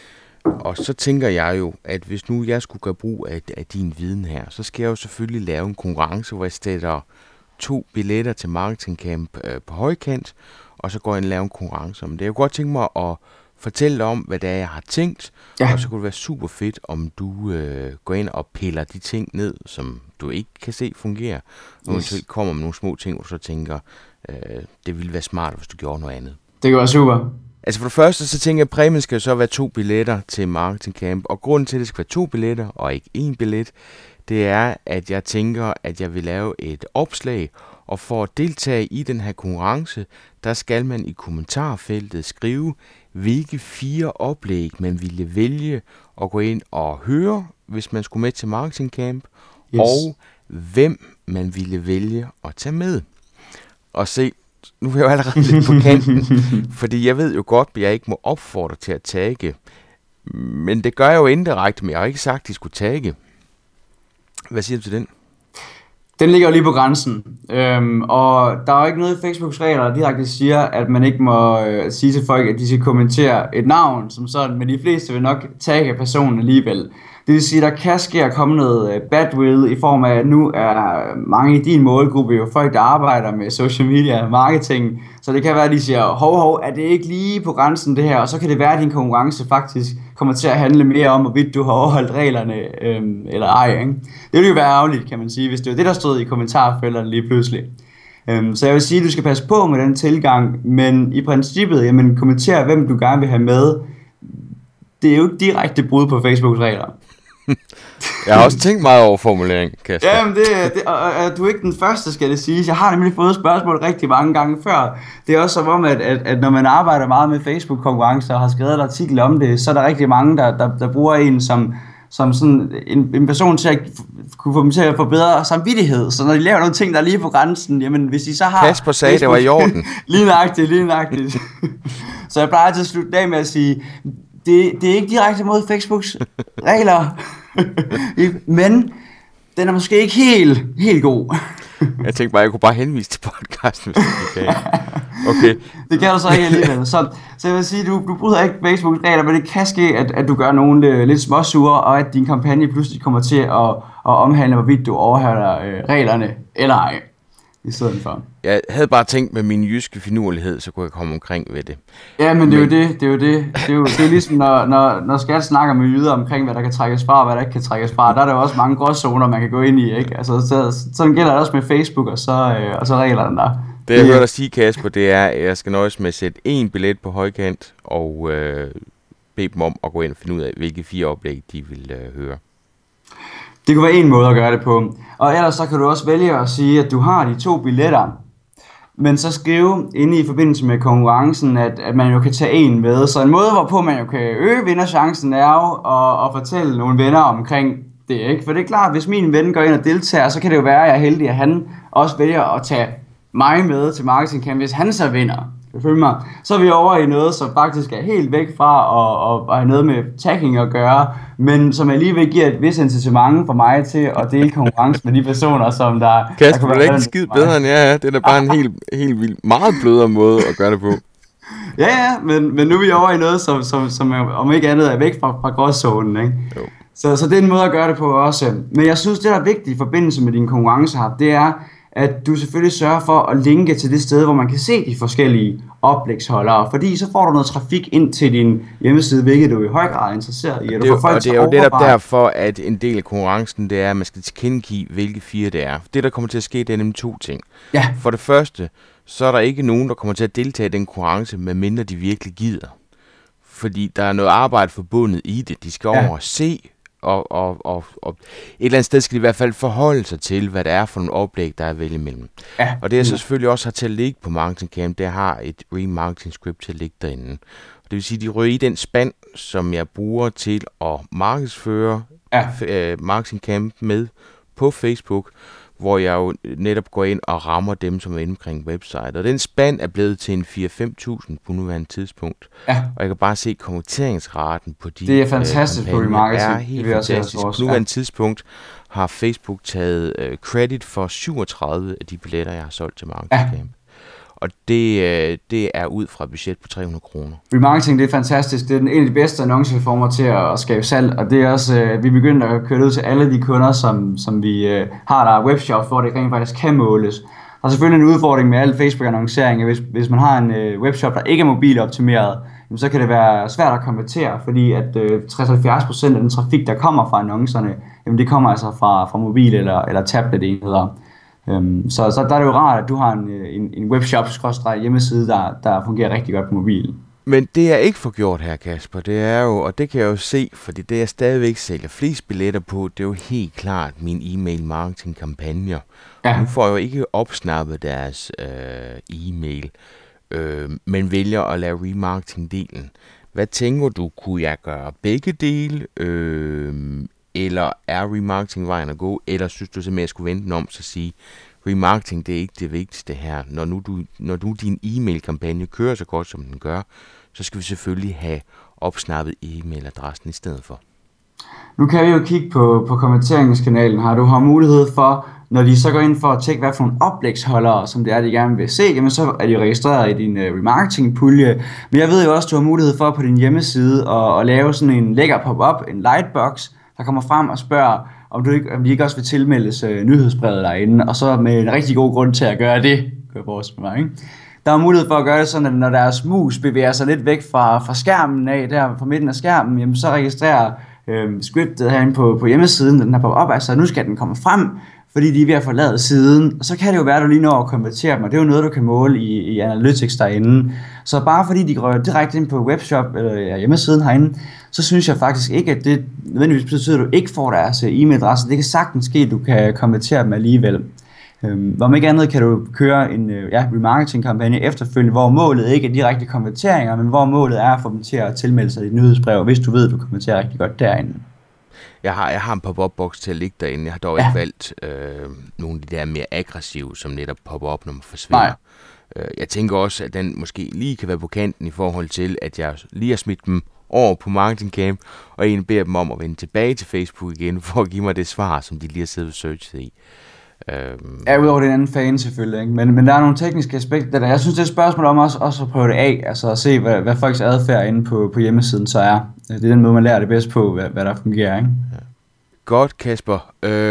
Speaker 1: Og så tænker jeg jo, at hvis nu jeg skulle gøre brug af din viden her, så skal jeg jo selvfølgelig lave en konkurrence, hvor jeg sætter 2 billetter til Marketing Camp på højkant, og så går jeg ind og laver en konkurrence om det. Jeg kunne godt tænke mig at fortælle om, hvad det er, jeg har tænkt, og så kunne det være super fedt, om du går ind og piller de ting ned, som du ikke kan se fungere, og eventuelt kommer med nogle små ting, hvor du så tænker, det ville være smart, hvis du gjorde noget andet.
Speaker 3: Det kan være super.
Speaker 1: Altså for det første, så tænker jeg, at præmien skal jo så være 2 billetter til Marketing Camp, og grunden til, at det skal være 2 billetter, og ikke 1 billet, det er, at jeg tænker, at jeg vil lave et opslag, og for at deltage i den her konkurrence, der skal man i kommentarfeltet skrive, hvilke 4 oplæg man ville vælge at gå ind og høre, hvis man skulle med til Marketing Camp,
Speaker 3: Yes.
Speaker 1: og hvem man ville vælge at tage med. Og se, nu er jeg jo allerede lidt på kanten, fordi jeg ved jo godt, at jeg ikke må opfordre til at tagge. Men det gør jeg jo indirekte, men jeg har ikke sagt, at de skulle tagge. Hvad siger du til den?
Speaker 3: Den ligger jo lige på grænsen, og der er jo ikke noget i Facebooks regler, der direkte siger, at man ikke må sige til folk, at de skal kommentere et navn som sådan, men de fleste vil nok tagge personen alligevel. Det vil sige, at der kan ske at komme noget badwill i form af, at nu er mange i din målgruppe jo folk, der arbejder med social media marketing, så det kan være, at de siger, hov, er det ikke lige på grænsen det her, og så kan det være, at din konkurrence faktisk kommer til at handle mere om, hvorvidt du har overholdt reglerne eller ej. Ikke? Det ville jo være ærgerligt, kan man sige, hvis det var det, der stod i kommentarfelterne lige pludselig. Så jeg vil sige, at du skal passe på med den tilgang, men i princippet, jamen kommentere, hvem du gerne vil have med. Det er jo ikke direkte brud på Facebooks regler.
Speaker 1: Jeg har også tænkt meget over formuleringen, Kasper.
Speaker 3: Jamen, du er ikke den første, skal det siges. Jeg har nemlig fået spørgsmål rigtig mange gange før. Det er også som om, at når man arbejder meget med Facebook-konkurrencer og har skrevet en artikel om det, så er der rigtig mange, der bruger en som sådan en person til at kunne få dem til at få bedre samvittighed. Så når de laver nogle ting, der er lige på grænsen, jamen hvis de så har...
Speaker 1: Kasper sagde, det var i orden.
Speaker 3: Lige nøjagtigt. Så jeg plejer til at slutte af med at sige... Det er ikke direkte mod Facebooks regler, men den er måske ikke helt god.
Speaker 1: Jeg tænkte bare, at jeg kunne bare henvise til podcasten, hvis det kan. Okay.
Speaker 3: Det kan du så ikke alligevel. Så jeg vil sige, du bryder ikke Facebooks regler, men det kan ske, at du gør nogen lidt småsure, og at din kampagne pludselig kommer til at omhandle, hvorvidt du overholder reglerne eller ej. I stedet for.
Speaker 1: Jeg havde bare tænkt med min jyske finurlighed, så kunne jeg komme omkring ved det.
Speaker 3: Ja, men det er jo det. Det er ligesom, når Skat snakker med jyder omkring, hvad der kan trækkes fra, og hvad der ikke kan trækkes fra. Der er der jo også mange gråzoner, man kan gå ind i, ikke? Altså, sådan gælder det også med Facebook, og så reglerne der.
Speaker 1: Det jeg hører dig sige, Kasper, det er, at jeg skal nøjes med at sætte en billet på højkant, og bede dem om at gå ind og finde ud af, hvilke 4 oplæg de vil høre.
Speaker 3: Det kunne være en måde at gøre det på. Og ellers så kan du også vælge at sige, at du har de 2 billetter, men så skrive inde i forbindelse med konkurrencen, at man jo kan tage en med. Så en måde, hvorpå man jo kan øge vinderchancen, er jo at fortælle nogle venner omkring det, ikke? For det er klart, hvis min ven går ind og deltager, så kan det jo være, at jeg er heldig, at han også vælger at tage mig med til Marketing Camp, hvis han så vinder. Så er vi over i noget, som faktisk er helt væk fra at have noget med tagging at gøre, men som alligevel giver et vis incitament for mig til at dele konkurrence med de personer, som der...
Speaker 1: Kasper, du er ikke en skid bedre end jeg er. Det er da bare en helt vildt, meget blødere måde at gøre det på.
Speaker 3: Ja, men nu er vi over i noget, som om ikke andet er væk fra gråzonen, ikke? Jo. Så det er en måde at gøre det på også. Men jeg synes, det der er vigtigt i forbindelse med din konkurrence her, det er, at du selvfølgelig sørger for at linke til det sted, hvor man kan se de forskellige oplægsholdere, fordi så får du noget trafik ind til din hjemmeside, hvilket du i høj grad er interesseret i.
Speaker 1: Og det er jo netop derfor, at en del af konkurrencen, det er, at man skal tilkendegive, hvilke 4 det er. Det, der kommer til at ske, det er nemlig 2 ting.
Speaker 3: Ja.
Speaker 1: For det første, så er der ikke nogen, der kommer til at deltage i den konkurrence, medmindre de virkelig gider. Fordi der er noget arbejde forbundet i det. De skal over og se, og et eller andet sted skal de i hvert fald forholde sig til, hvad det er for nogle oplæg, der er at vælge imellem. Ja. Og det jeg så selvfølgelig også har til at ligge på Marketing Camp, det har et remarketing script til at ligge derinde. Og det vil sige, at de rører i den spand, som jeg bruger til at markedsføre Marketing Camp med på Facebook, hvor jeg jo netop går ind og rammer dem, som er inde omkring website. Og den spand er blevet til en 4-5.000 på nuværende tidspunkt. Ja. Og jeg kan bare se konverteringsraten på de
Speaker 3: det er fantastisk på remarketing.
Speaker 1: Det er helt fantastisk. På nuværende tidspunkt har Facebook taget credit for 37 af de billetter, jeg har solgt til Marketing Camp. Og det er ud fra et budget på 300 kroner.
Speaker 3: Remarketing, det er fantastisk. Det er en af de bedste annonceformer til at skabe salg. Og det er også, vi begynder at køre ud til alle de kunder, som vi har, der er webshops, hvor det rent faktisk kan måles. Der er selvfølgelig en udfordring med al Facebook-annoncering. Hvis man har en webshop, der ikke er mobiloptimeret, så kan det være svært at konvertere, fordi at 60-70% af den trafik, der kommer fra annoncerne, jamen det kommer altså fra mobil- eller tablet-enheder. Så der er det jo rart, at du har en webshop-hjemmeside, der fungerer rigtig godt på mobilen.
Speaker 1: Men det jeg ikke får gjort her, Kasper, det er jo, og det kan jeg jo se, fordi det jeg stadigvæk sælger flest billetter på, det er jo helt klart min e-mail marketing kampagner. Ja. Nu får jeg jo ikke opsnappet deres e-mail, men vælger at lave remarketing-delen. Hvad tænker du, kunne jeg gøre begge dele? eller er remarketing vejen at gå, eller synes du simpelthen, at jeg skulle vente den om, så sige, remarketing, det er ikke det vigtigste her. Når nu din e-mail-kampagne kører så godt, som den gør, så skal vi selvfølgelig have opsnappet e-mailadressen i stedet for.
Speaker 3: Nu kan vi jo kigge på kommenteringskanalen her. Du har mulighed for, når de så går ind for at tjekke, hvad for nogle oplægsholdere, som det er, de gerne vil se, jamen så er de registreret i din remarketing-pulje. Men jeg ved jo også, du har mulighed for på din hjemmeside at lave sådan en lækker pop-up, en lightbox, der kommer frem og spørger, om de ikke også vil tilmeldes nyhedsbrevet derinde, og så med en rigtig god grund til at gøre det, gør vores med mig, ikke? Der er mulighed for at gøre det sådan, at når deres mus bevæger sig lidt væk fra skærmen af, der fra midten af skærmen, jamen så registrerer scriptet herinde på hjemmesiden, den her pop-up, altså nu skal den komme frem, fordi de er ved at forlade siden, og så kan det jo være, at du lige når at konvertere dem, og det er jo noget, du kan måle i Analytics derinde. Så bare fordi de går direkte ind på webshop eller hjemmesiden herinde, så synes jeg faktisk ikke, at det nødvendigvis betyder, at du ikke får deres e-mailadresse. Det kan sagtens ske, at du kan konvertere dem alligevel. Om ikke andet kan du køre en remarketing-kampagne efterfølgende, hvor målet ikke er direkte konverteringer, men hvor målet er at få dem til at tilmelde sig dit nyhedsbrev, hvis du ved, at du konverterer rigtig godt derinde. Jeg
Speaker 1: har en pop-up-boks til at ligge derinde. Jeg har dog ikke valgt nogle af de der mere aggressive, som netop popper op, når man forsvinder. Jeg tænker også, at den måske lige kan være på kanten i forhold til, at jeg lige har smidt dem over på MarketingCamp, og egentlig beder dem om at vende tilbage til Facebook igen, for at give mig det svar, som de lige har siddet og searchet i.
Speaker 3: Ja, udover den anden fan selvfølgelig, ikke? Men der er nogle tekniske aspekter der. Jeg synes, det er et spørgsmål om også at prøve det af, altså at se, hvad folks adfærd inde på hjemmesiden så er. Det er den måde, man lærer det bedst på, hvad der fungerer, ikke? Ja.
Speaker 1: Godt, Kasper.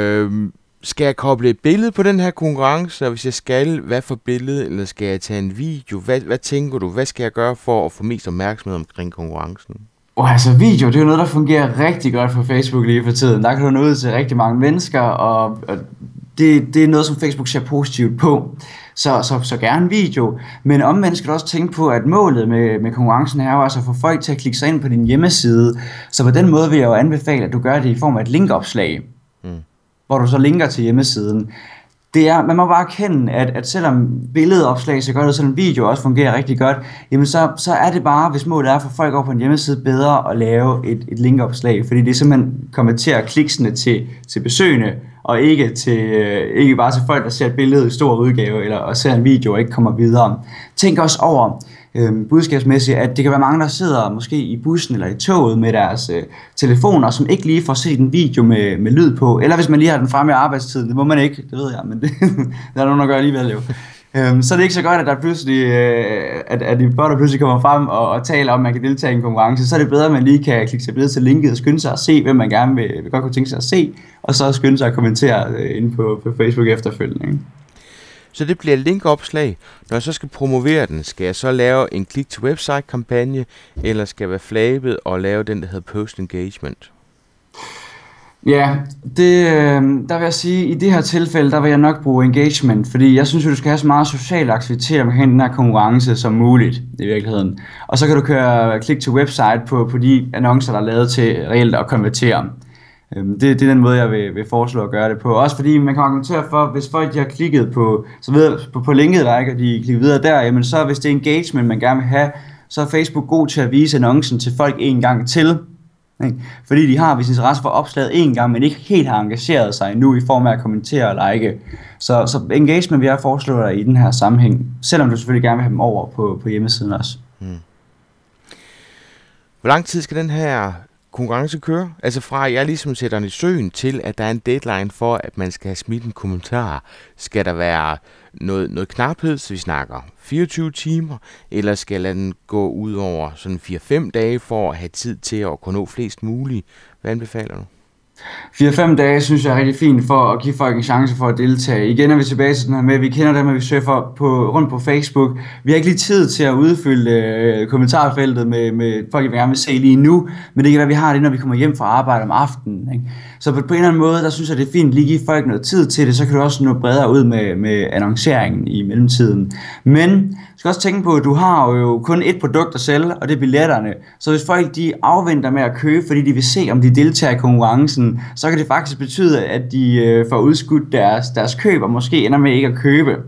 Speaker 1: Skal jeg koble et billede på den her konkurrence, og hvis jeg skal, hvad for billede, eller skal jeg tage en video? Hvad tænker du? Hvad skal jeg gøre for at få mest opmærksomhed omkring konkurrencen?
Speaker 3: Altså video, det er jo noget, der fungerer rigtig godt på Facebook lige for tiden. Der kan du nå ud til rigtig mange mennesker, og det er noget, som Facebook ser positivt på. Så gerne video. Men omvendt skal du også tænke på, at målet med konkurrencen er jo altså at få folk til at klikke sig ind på din hjemmeside. Så på den måde vil jeg jo anbefale, at du gør det i form af et linkopslag, hvor du så linker til hjemmesiden. Man må bare erkende, at selvom billedopslag så godt ud, selvom video også fungerer rigtig godt, jamen så er det bare, hvis målet er at få folk over på en hjemmeside, bedre at lave et linkopslag, fordi det er simpelthen konverterer kliksene til besøgende, og ikke bare til folk, der ser et billede i stor udgave, eller og ser en video og ikke kommer videre. Tænk også over budskabsmæssigt, at det kan være mange, der sidder måske i bussen eller i toget med deres telefoner, som ikke lige får set en video med lyd på, eller hvis man lige har den fremme i arbejdstiden, det må man ikke, det ved jeg, men det der er nogen, der gør alligevel jo. Så er det ikke så godt, at der pludselig, at de botter pludselig kommer frem og taler om, at man kan deltage i en konkurrence. Så er det bedre, at man lige kan klikke sig videre til linket og skynde sig at se, hvem man gerne vil godt kunne tænke sig at se, og så skynde sig at kommentere inde på Facebook efterfølgende, ikke?
Speaker 1: Så det bliver linkopslag. Når jeg så skal promovere den, skal jeg så lave en klik til website kampagne, eller skal jeg være flabet og lave den, der hedder post engagement?
Speaker 3: Ja, der vil jeg sige, i det her tilfælde, der vil jeg nok bruge engagement, fordi jeg synes, at du skal have så meget social aktivitet omkring den her konkurrence som muligt i virkeligheden. Og så kan du køre klik til website på de annoncer, der er lavet til reelt at konvertere. Det er den måde, jeg vil foreslå at gøre det på. Også fordi man kan argumentere for, hvis folk de har klikket på linket, der ikke, og de klikker videre der, jamen så hvis det er engagement, man gerne vil have, så er Facebook god til at vise annoncen til folk en gang til. Ikke? Fordi de har vist interesse for opslaget en gang, men ikke helt har engageret sig endnu i form af at kommentere eller like. Så engagement vil jeg foreslå dig i den her sammenhæng, selvom du selvfølgelig gerne vil have dem over på hjemmesiden også.
Speaker 1: Hvor lang tid skal den her konkurrence køre? Altså fra at jeg ligesom sætter den i søen til, at der er en deadline for, at man skal have smidt en kommentar. Skal der være noget knaphed, så vi snakker 24 timer, eller skal den gå ud over sådan 4-5 dage for at have tid til at kunne nå flest mulige? Hvad anbefaler du?
Speaker 3: 4-5 dage synes jeg er rigtig fint for at give folk en chance for at deltage. Igen er vi tilbage til den her med, at vi kender dem, at vi surfer rundt på Facebook. Vi har ikke lige tid til at udfylde kommentarfeltet med folk, vi gerne vil se lige nu, men det kan være, at vi har det, når vi kommer hjem fra arbejde om aftenen. Ikke? Så på en eller anden måde, der synes jeg, det er fint lige at give folk noget tid til det, så kan du også nå bredere ud med annonceringen i mellemtiden. Men du skal også tænke på, at du har jo kun et produkt at sælge, og det er billetterne. Så hvis folk de afventer med at købe, fordi de vil se, om de deltager i konkurrencen, så kan det faktisk betyde, at de får udskudt deres køb, og måske ender med ikke at købe.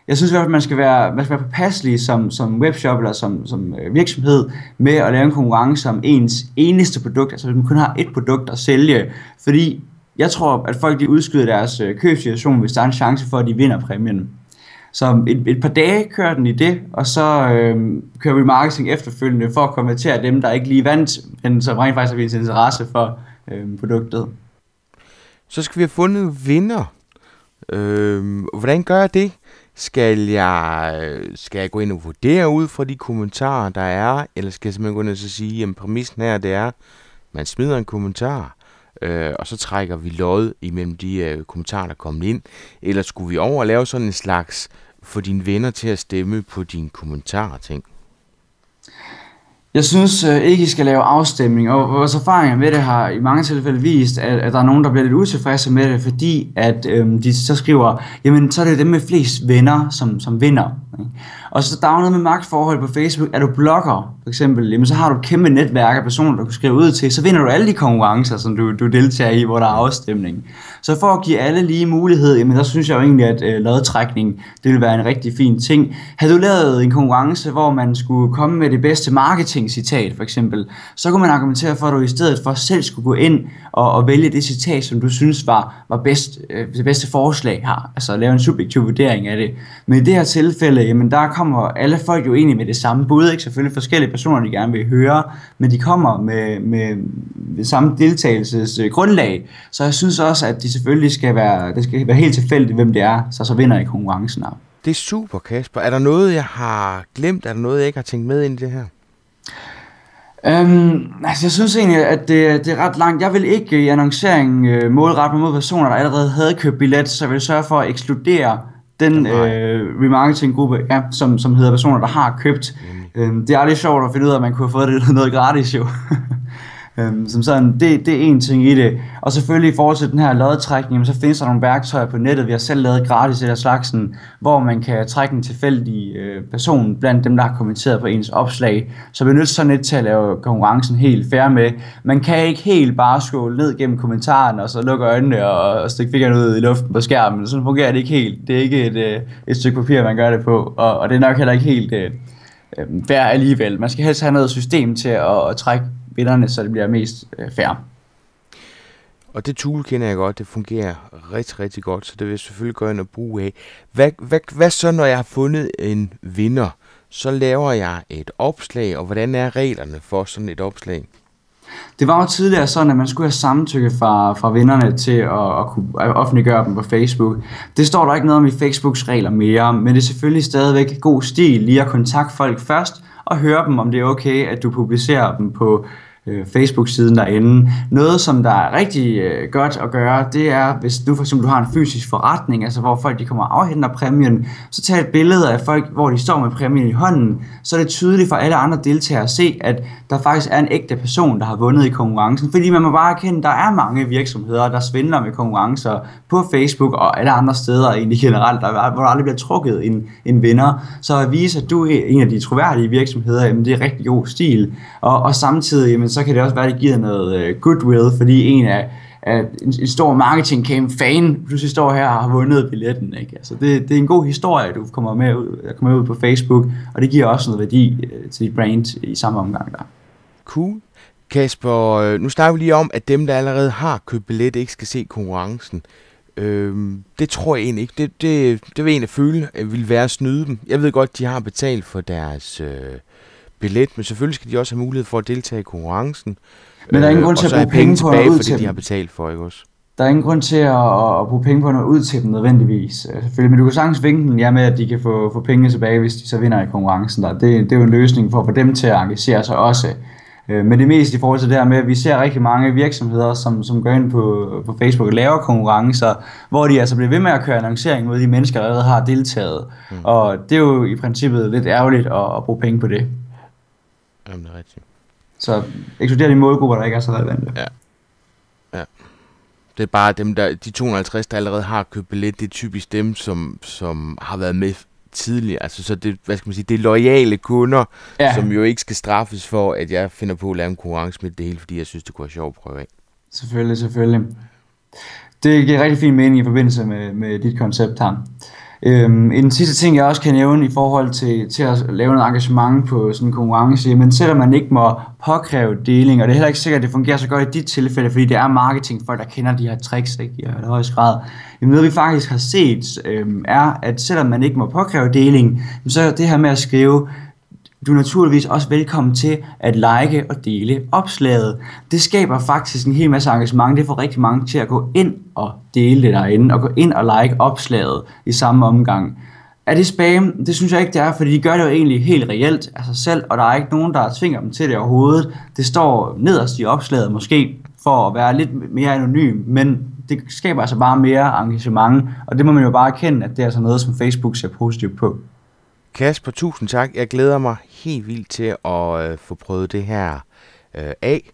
Speaker 3: Jeg synes i hvert fald, man skal være påpasselig som webshop eller som virksomhed med at lave en konkurrence om ens eneste produkt, altså hvis man kun har et produkt at sælge, fordi jeg tror, at folk de udskyder deres købssituation, hvis der er en chance for, at de vinder præmien. Så et par dage kører den i det, og så kører vi marketing efterfølgende for at konvertere dem, der ikke lige vandt, men som rent faktisk har vist interesse for produktet.
Speaker 1: Så skal vi have fundet vinder. Hvordan gør jeg det? Skal jeg gå ind og vurdere ud fra de kommentarer, der er, eller skal jeg simpelthen gå ind og så sige, at præmissen her, det er, man smider en kommentar, og så trækker vi lod imellem de kommentarer, der er kommet ind, eller skulle vi over og lave sådan en slags, få dine venner til at stemme på dine kommentarer, ting?
Speaker 3: Jeg synes ikke, I skal lave afstemning, og vores erfaringer med det har i mange tilfælde vist, at der er nogen, der bliver lidt utilfredse med det, fordi at de så skriver, jamen så er det dem med flest venner, som vinder. Og så der er jo noget med magtforhold på Facebook. Er du blogger, for eksempel, jamen så har du et kæmpe netværk af personer, du kan skrive ud til, så vinder du alle de konkurrencer, som du deltager i, hvor der er afstemning. Så for at give alle lige mulighed, jamen der synes jeg jo egentlig, at lodtrækning, det vil være en rigtig fin ting. Havde du lavet en konkurrence, hvor man skulle komme med det bedste marketing-citat, for eksempel, så kunne man argumentere for, at du i stedet for selv skulle gå ind og vælge det citat, som du synes var bedst, det bedste forslag her. Altså lave en subjektiv vurdering af det. Men i det her tilfælde, jamen der kommer alle folk jo egentlig med det samme bud, ikke? Selvfølgelig forskellige personer, de gerne vil høre, men de kommer med samme deltagelsesgrundlag. Så jeg synes også, at det skal være helt tilfældigt, hvem det er, så vinder i konkurrencen her.
Speaker 1: Det er super, Kasper. Er der noget, jeg har glemt? Er der noget, jeg ikke har tænkt med ind i det her?
Speaker 3: Jeg synes egentlig, at det er ret langt. Jeg vil ikke i annonceringen målrette mig mod personer, der allerede havde købt billet, så jeg vil sørge for at ekskludere den remarketing-gruppe, ja, som hedder personer, der har købt. Det er aldrig sjovt at finde ud af, at man kunne have fået noget gratis jo. Som sådan, det er en ting i det. Og selvfølgelig i forhold til den her lodtrækning, så findes der nogle værktøjer på nettet, vi har selv lavet gratis eller slagsen, hvor man kan trække en tilfældig person blandt dem, der har kommenteret på ens opslag. Så vi er nødt sådan lidt til at lave konkurrencen helt fair med. Man kan ikke helt bare skåle ned gennem kommentaren og så lukke øjnene og stikke fingrene ud i luften på skærmen. Sådan fungerer det ikke helt. Det er ikke et stykke papir, man gør det på, og det er nok heller ikke helt fair alligevel. Man skal helst have noget system til at trække vinderne, så det bliver mest fair.
Speaker 1: Og det tool kender jeg godt, det fungerer rigtig, rigtig godt, så det vil jeg selvfølgelig gå ind og bruge af. Hvad så, når jeg har fundet en vinder? Så laver jeg et opslag, og hvordan er reglerne for sådan et opslag?
Speaker 3: Det var jo tidligere sådan, at man skulle have samtykke fra vinderne til at kunne offentliggøre dem på Facebook. Det står der ikke noget om i Facebooks regler mere, men det er selvfølgelig stadigvæk god stil lige at kontakte folk først, og høre dem, om det er okay, at du publicerer dem på Facebook-siden derinde. Noget, som der er rigtig godt at gøre, det er, hvis du for eksempel har en fysisk forretning, altså hvor folk de kommer og afhenter præmien, så tag et billede af folk, hvor de står med præmien i hånden, så er det tydeligt for alle andre deltagere at se, at der faktisk er en ægte person, der har vundet i konkurrencen. Fordi man må bare erkende, at der er mange virksomheder, der svindler med konkurrencer på Facebook og alle andre steder egentlig generelt, hvor der aldrig bliver trukket en vinder. Så at vise, at du er en af de troværdige virksomheder, jamen det er rigtig god stil. Og samtidig, jamen, så kan det også være, at det giver noget goodwill, fordi en stor marketing-fan pludselig står her og har vundet billetten. Ikke? Altså det er en god historie, du kommer ud på Facebook, og det giver også noget værdi til dit brand i samme omgang der.
Speaker 1: Cool. Kasper, nu snakker vi lige om, at dem, der allerede har købt billet, ikke skal se konkurrencen. Det tror jeg egentlig ikke. Det vil egentlig føle, at vil være at snyde dem. Jeg ved godt, de har betalt for deres billet, men selvfølgelig skal de også have mulighed for at deltage i konkurrencen.
Speaker 3: Men der er ingen grund til at bruge penge på noget ud til dem.
Speaker 1: De har betalt for, ikke også?
Speaker 3: Der er ingen grund til at bruge penge på noget ud til dem nødvendigvis. Selvfølgelig, men du kan sagtens vinke den med, at de kan få penge tilbage, hvis de så vinder i konkurrencen. Det er jo en løsning for at få dem til at engagere sig også. Men det mest i forhold til det her med, at vi ser rigtig mange virksomheder, som går ind på Facebook og laver konkurrencer, hvor de altså bliver ved med at køre annoncering mod de mennesker, der allerede har deltaget. Og det er jo i princippet lidt ærgerligt at bruge penge på det.
Speaker 1: Jamen, det er rigtigt.
Speaker 3: Så ekskluderer de målgrupper, der ikke er så relevante.
Speaker 1: Ja. Det er bare dem, de 250, der allerede har købt billet, det er typisk dem, som har været med tidligere. Altså, så det, hvad skal man sige, det er loyale kunder, som jo ikke skal straffes for, at jeg finder på at lave en konkurrence med det hele, fordi jeg synes, det kunne være sjovt at prøve af. Selvfølgelig.
Speaker 3: Det giver rigtig fin mening i forbindelse med dit koncept her. En sidste ting, jeg også kan nævne i forhold til at lave noget engagement på sådan en konkurrence, men selvom man ikke må påkræve deling, og det er heller ikke sikkert, at det fungerer så godt i dit tilfælde, fordi det er marketingfolk, der kender de her tricks, ikke, i højeste grad. Noget vi faktisk har set, er, at selvom man ikke må påkræve deling, så det her med at skrive, du er naturligvis også velkommen til at like og dele opslaget. Det skaber faktisk en hel masse engagement. Det får rigtig mange til at gå ind og dele det derinde, og gå ind og like opslaget i samme omgang. Er det spam? Det synes jeg ikke, det er, fordi de gør det jo egentlig helt reelt af sig selv, og der er ikke nogen, der tvinger dem til det overhovedet. Det står nederst i opslaget måske for at være lidt mere anonym, men det skaber altså bare mere engagement, og det må man jo bare erkende, at det er altså noget, som Facebook ser positivt på.
Speaker 1: Kasper, tusind tak. Jeg glæder mig helt vildt til at få prøvet det her af.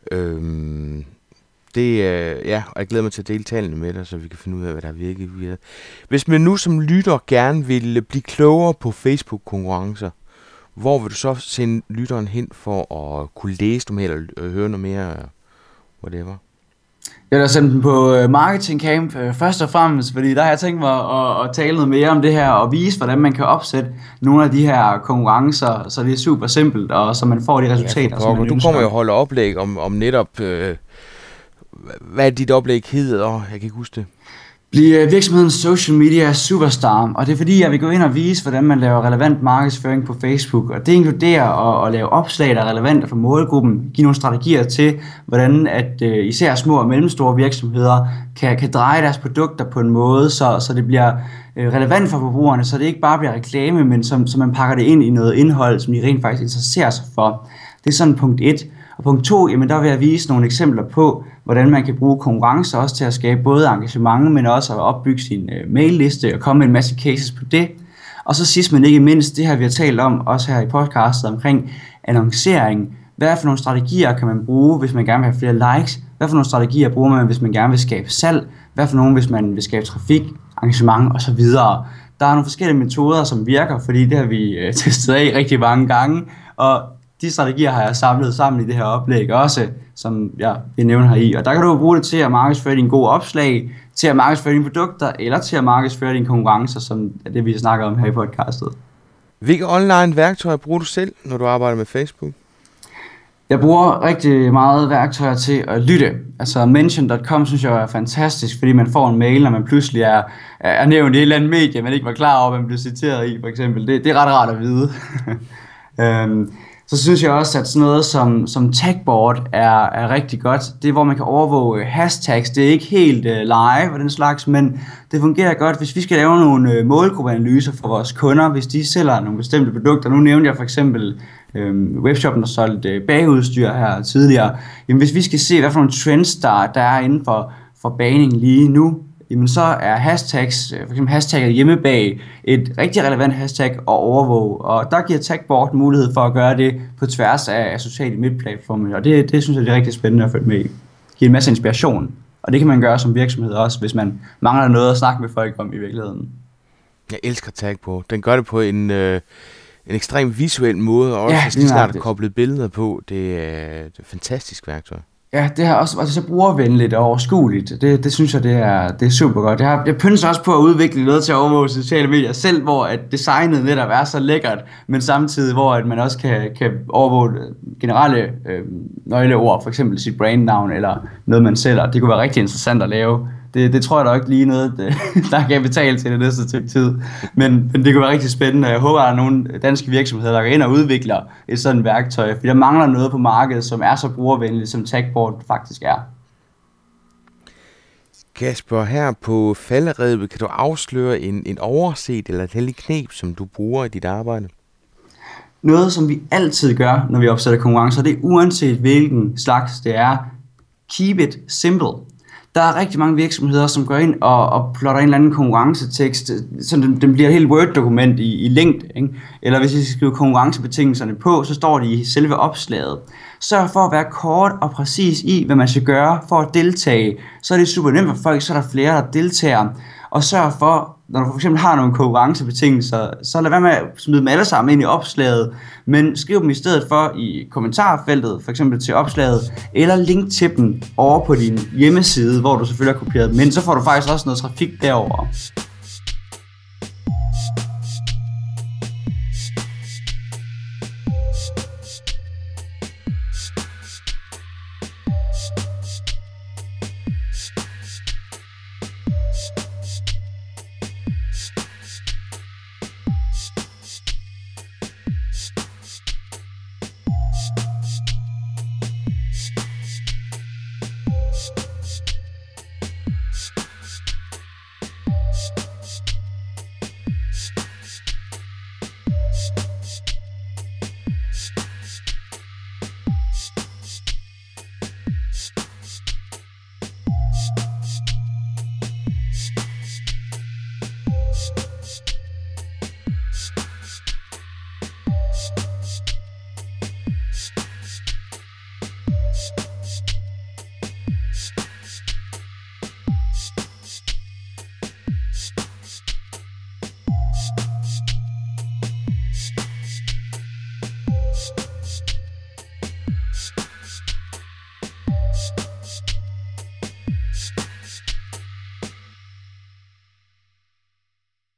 Speaker 1: Og jeg glæder mig til at dele tallene med dig, så vi kan finde ud af, hvad der virker. Hvis man nu som lytter gerne vil blive klogere på Facebook-konkurrencer, hvor vil du så sende lytteren hen for at kunne læse dem eller høre noget mere, whatever?
Speaker 3: Jeg har sendt dem på Marketing Camp først og fremmest, fordi der har jeg tænkt mig at tale noget mere om det her og vise, hvordan man kan opsætte nogle af de her konkurrencer, så det er super simpelt, og så man får de resultater, som man ønsker.
Speaker 1: Du kommer jo og holder oplæg om netop, hvad dit oplæg hedder, jeg kan ikke huske det.
Speaker 3: Blive virksomhedens social media superstar, og det er fordi, jeg vil gå ind og vise, hvordan man laver relevant markedsføring på Facebook, og det inkluderer at lave opslag, der er relevante for målgruppen, give nogle strategier til, hvordan at især små og mellemstore virksomheder kan dreje deres produkter på en måde, så det bliver relevant for forbrugerne, så det ikke bare bliver reklame, men så man pakker det ind i noget indhold, som de rent faktisk interesserer sig for. Det er sådan punkt 1. Og punkt 2, jamen der vil jeg vise nogle eksempler på, hvordan man kan bruge konkurrencer også til at skabe både engagement, men også at opbygge sin mailliste og komme med en masse cases på det. Og så sidst men ikke mindst, det her vi har talt om, også her i podcastet omkring annoncering. Hvad for nogle strategier kan man bruge, hvis man gerne vil have flere likes? Hvad for nogle strategier bruger man, hvis man gerne vil skabe salg? Hvad for nogle, hvis man vil skabe trafik, engagement osv.? Der er nogle forskellige metoder, som virker, fordi det har vi testet af rigtig mange gange, og de strategier har jeg samlet sammen i det her oplæg også, som jeg vil nævne her i. Og der kan du bruge det til at markedsføre dine gode opslag, til at markedsføre dine produkter, eller til at markedsføre dine konkurrencer, som er det, vi snakker om her i podcastet.
Speaker 1: Hvilke online værktøjer bruger du selv, når du arbejder med Facebook?
Speaker 3: Jeg bruger rigtig meget værktøjer til at lytte. Altså mention.com synes jeg er fantastisk, fordi man får en mail, når man pludselig er nævnt i et eller andet medie, man ikke var klar over, hvad man blev citeret i, for eksempel. Det er ret rart at vide. Så synes jeg også, at sådan noget som tagboard er rigtig godt. Det er, hvor man kan overvåge hashtags. Det er ikke helt live og den slags, men det fungerer godt, hvis vi skal lave nogle målgruppeanalyser for vores kunder, hvis de sælger nogle bestemte produkter. Nu nævnte jeg for eksempel webshoppen, der solgte bagudstyr her tidligere. Jamen, hvis vi skal se, hvad for nogle trends, der er inden for baning lige nu, jamen så er hashtags, for eksempel hashtagget hjemmebag, et rigtig relevant hashtag at overvåge, og der giver Tagboard mulighed for at gøre det på tværs af sociale medieplatforme, og det synes jeg det er rigtig spændende at følge med i. Giver en masse inspiration, og det kan man gøre som virksomhed også, hvis man mangler noget at snakke med folk om i virkeligheden.
Speaker 1: Jeg elsker Tagboard. Den gør det på en ekstrem visuel måde, og også
Speaker 3: ja,
Speaker 1: snart koblet billeder på. Det er et fantastisk værktøj.
Speaker 3: Ja, det er også altså, så brugervenligt og overskueligt. Det synes jeg, det er super godt. Jeg pynser også på at udvikle noget til at overvåge sociale medier selv, hvor at designet netop er så lækkert, men samtidig hvor at man også kan overvåge generelle nøgleord, for eksempel sit brandnavn eller noget man sælger. Det kunne være rigtig interessant at lave. Det tror jeg da ikke lige noget, der kan betale til det næste tid. Men det kunne være rigtig spændende. Jeg håber, at der er nogle danske virksomheder, der går ind og udvikler et sådan værktøj. Fordi der mangler noget på markedet, som er så brugervenligt, som Tagboard faktisk er.
Speaker 1: Kasper, her på falderebet kan du afsløre en overset eller et heldigt knep, som du bruger i dit arbejde?
Speaker 3: Noget, som vi altid gør, når vi opsætter konkurrencer, det er uanset hvilken slags det er, keep it simple. Der er rigtig mange virksomheder, som går ind og plotter en eller anden konkurrencetekst, så den bliver et helt Word-dokument i længde. Ikke? Eller hvis I skriver konkurrencebetingelserne på, så står de i selve opslaget. Sørg for at være kort og præcis i, hvad man skal gøre for at deltage. Så er det super nemt for folk, så er der flere, der deltager. Og sørg for, når du for eksempel har nogle konkurrencebetingelser, så lad være med at smide dem alle sammen ind i opslaget, men skriv dem i stedet for i kommentarfeltet, for eksempel til opslaget, eller link til dem over på din hjemmeside, hvor du selvfølgelig har kopieret dem, men så får du faktisk også noget trafik derover.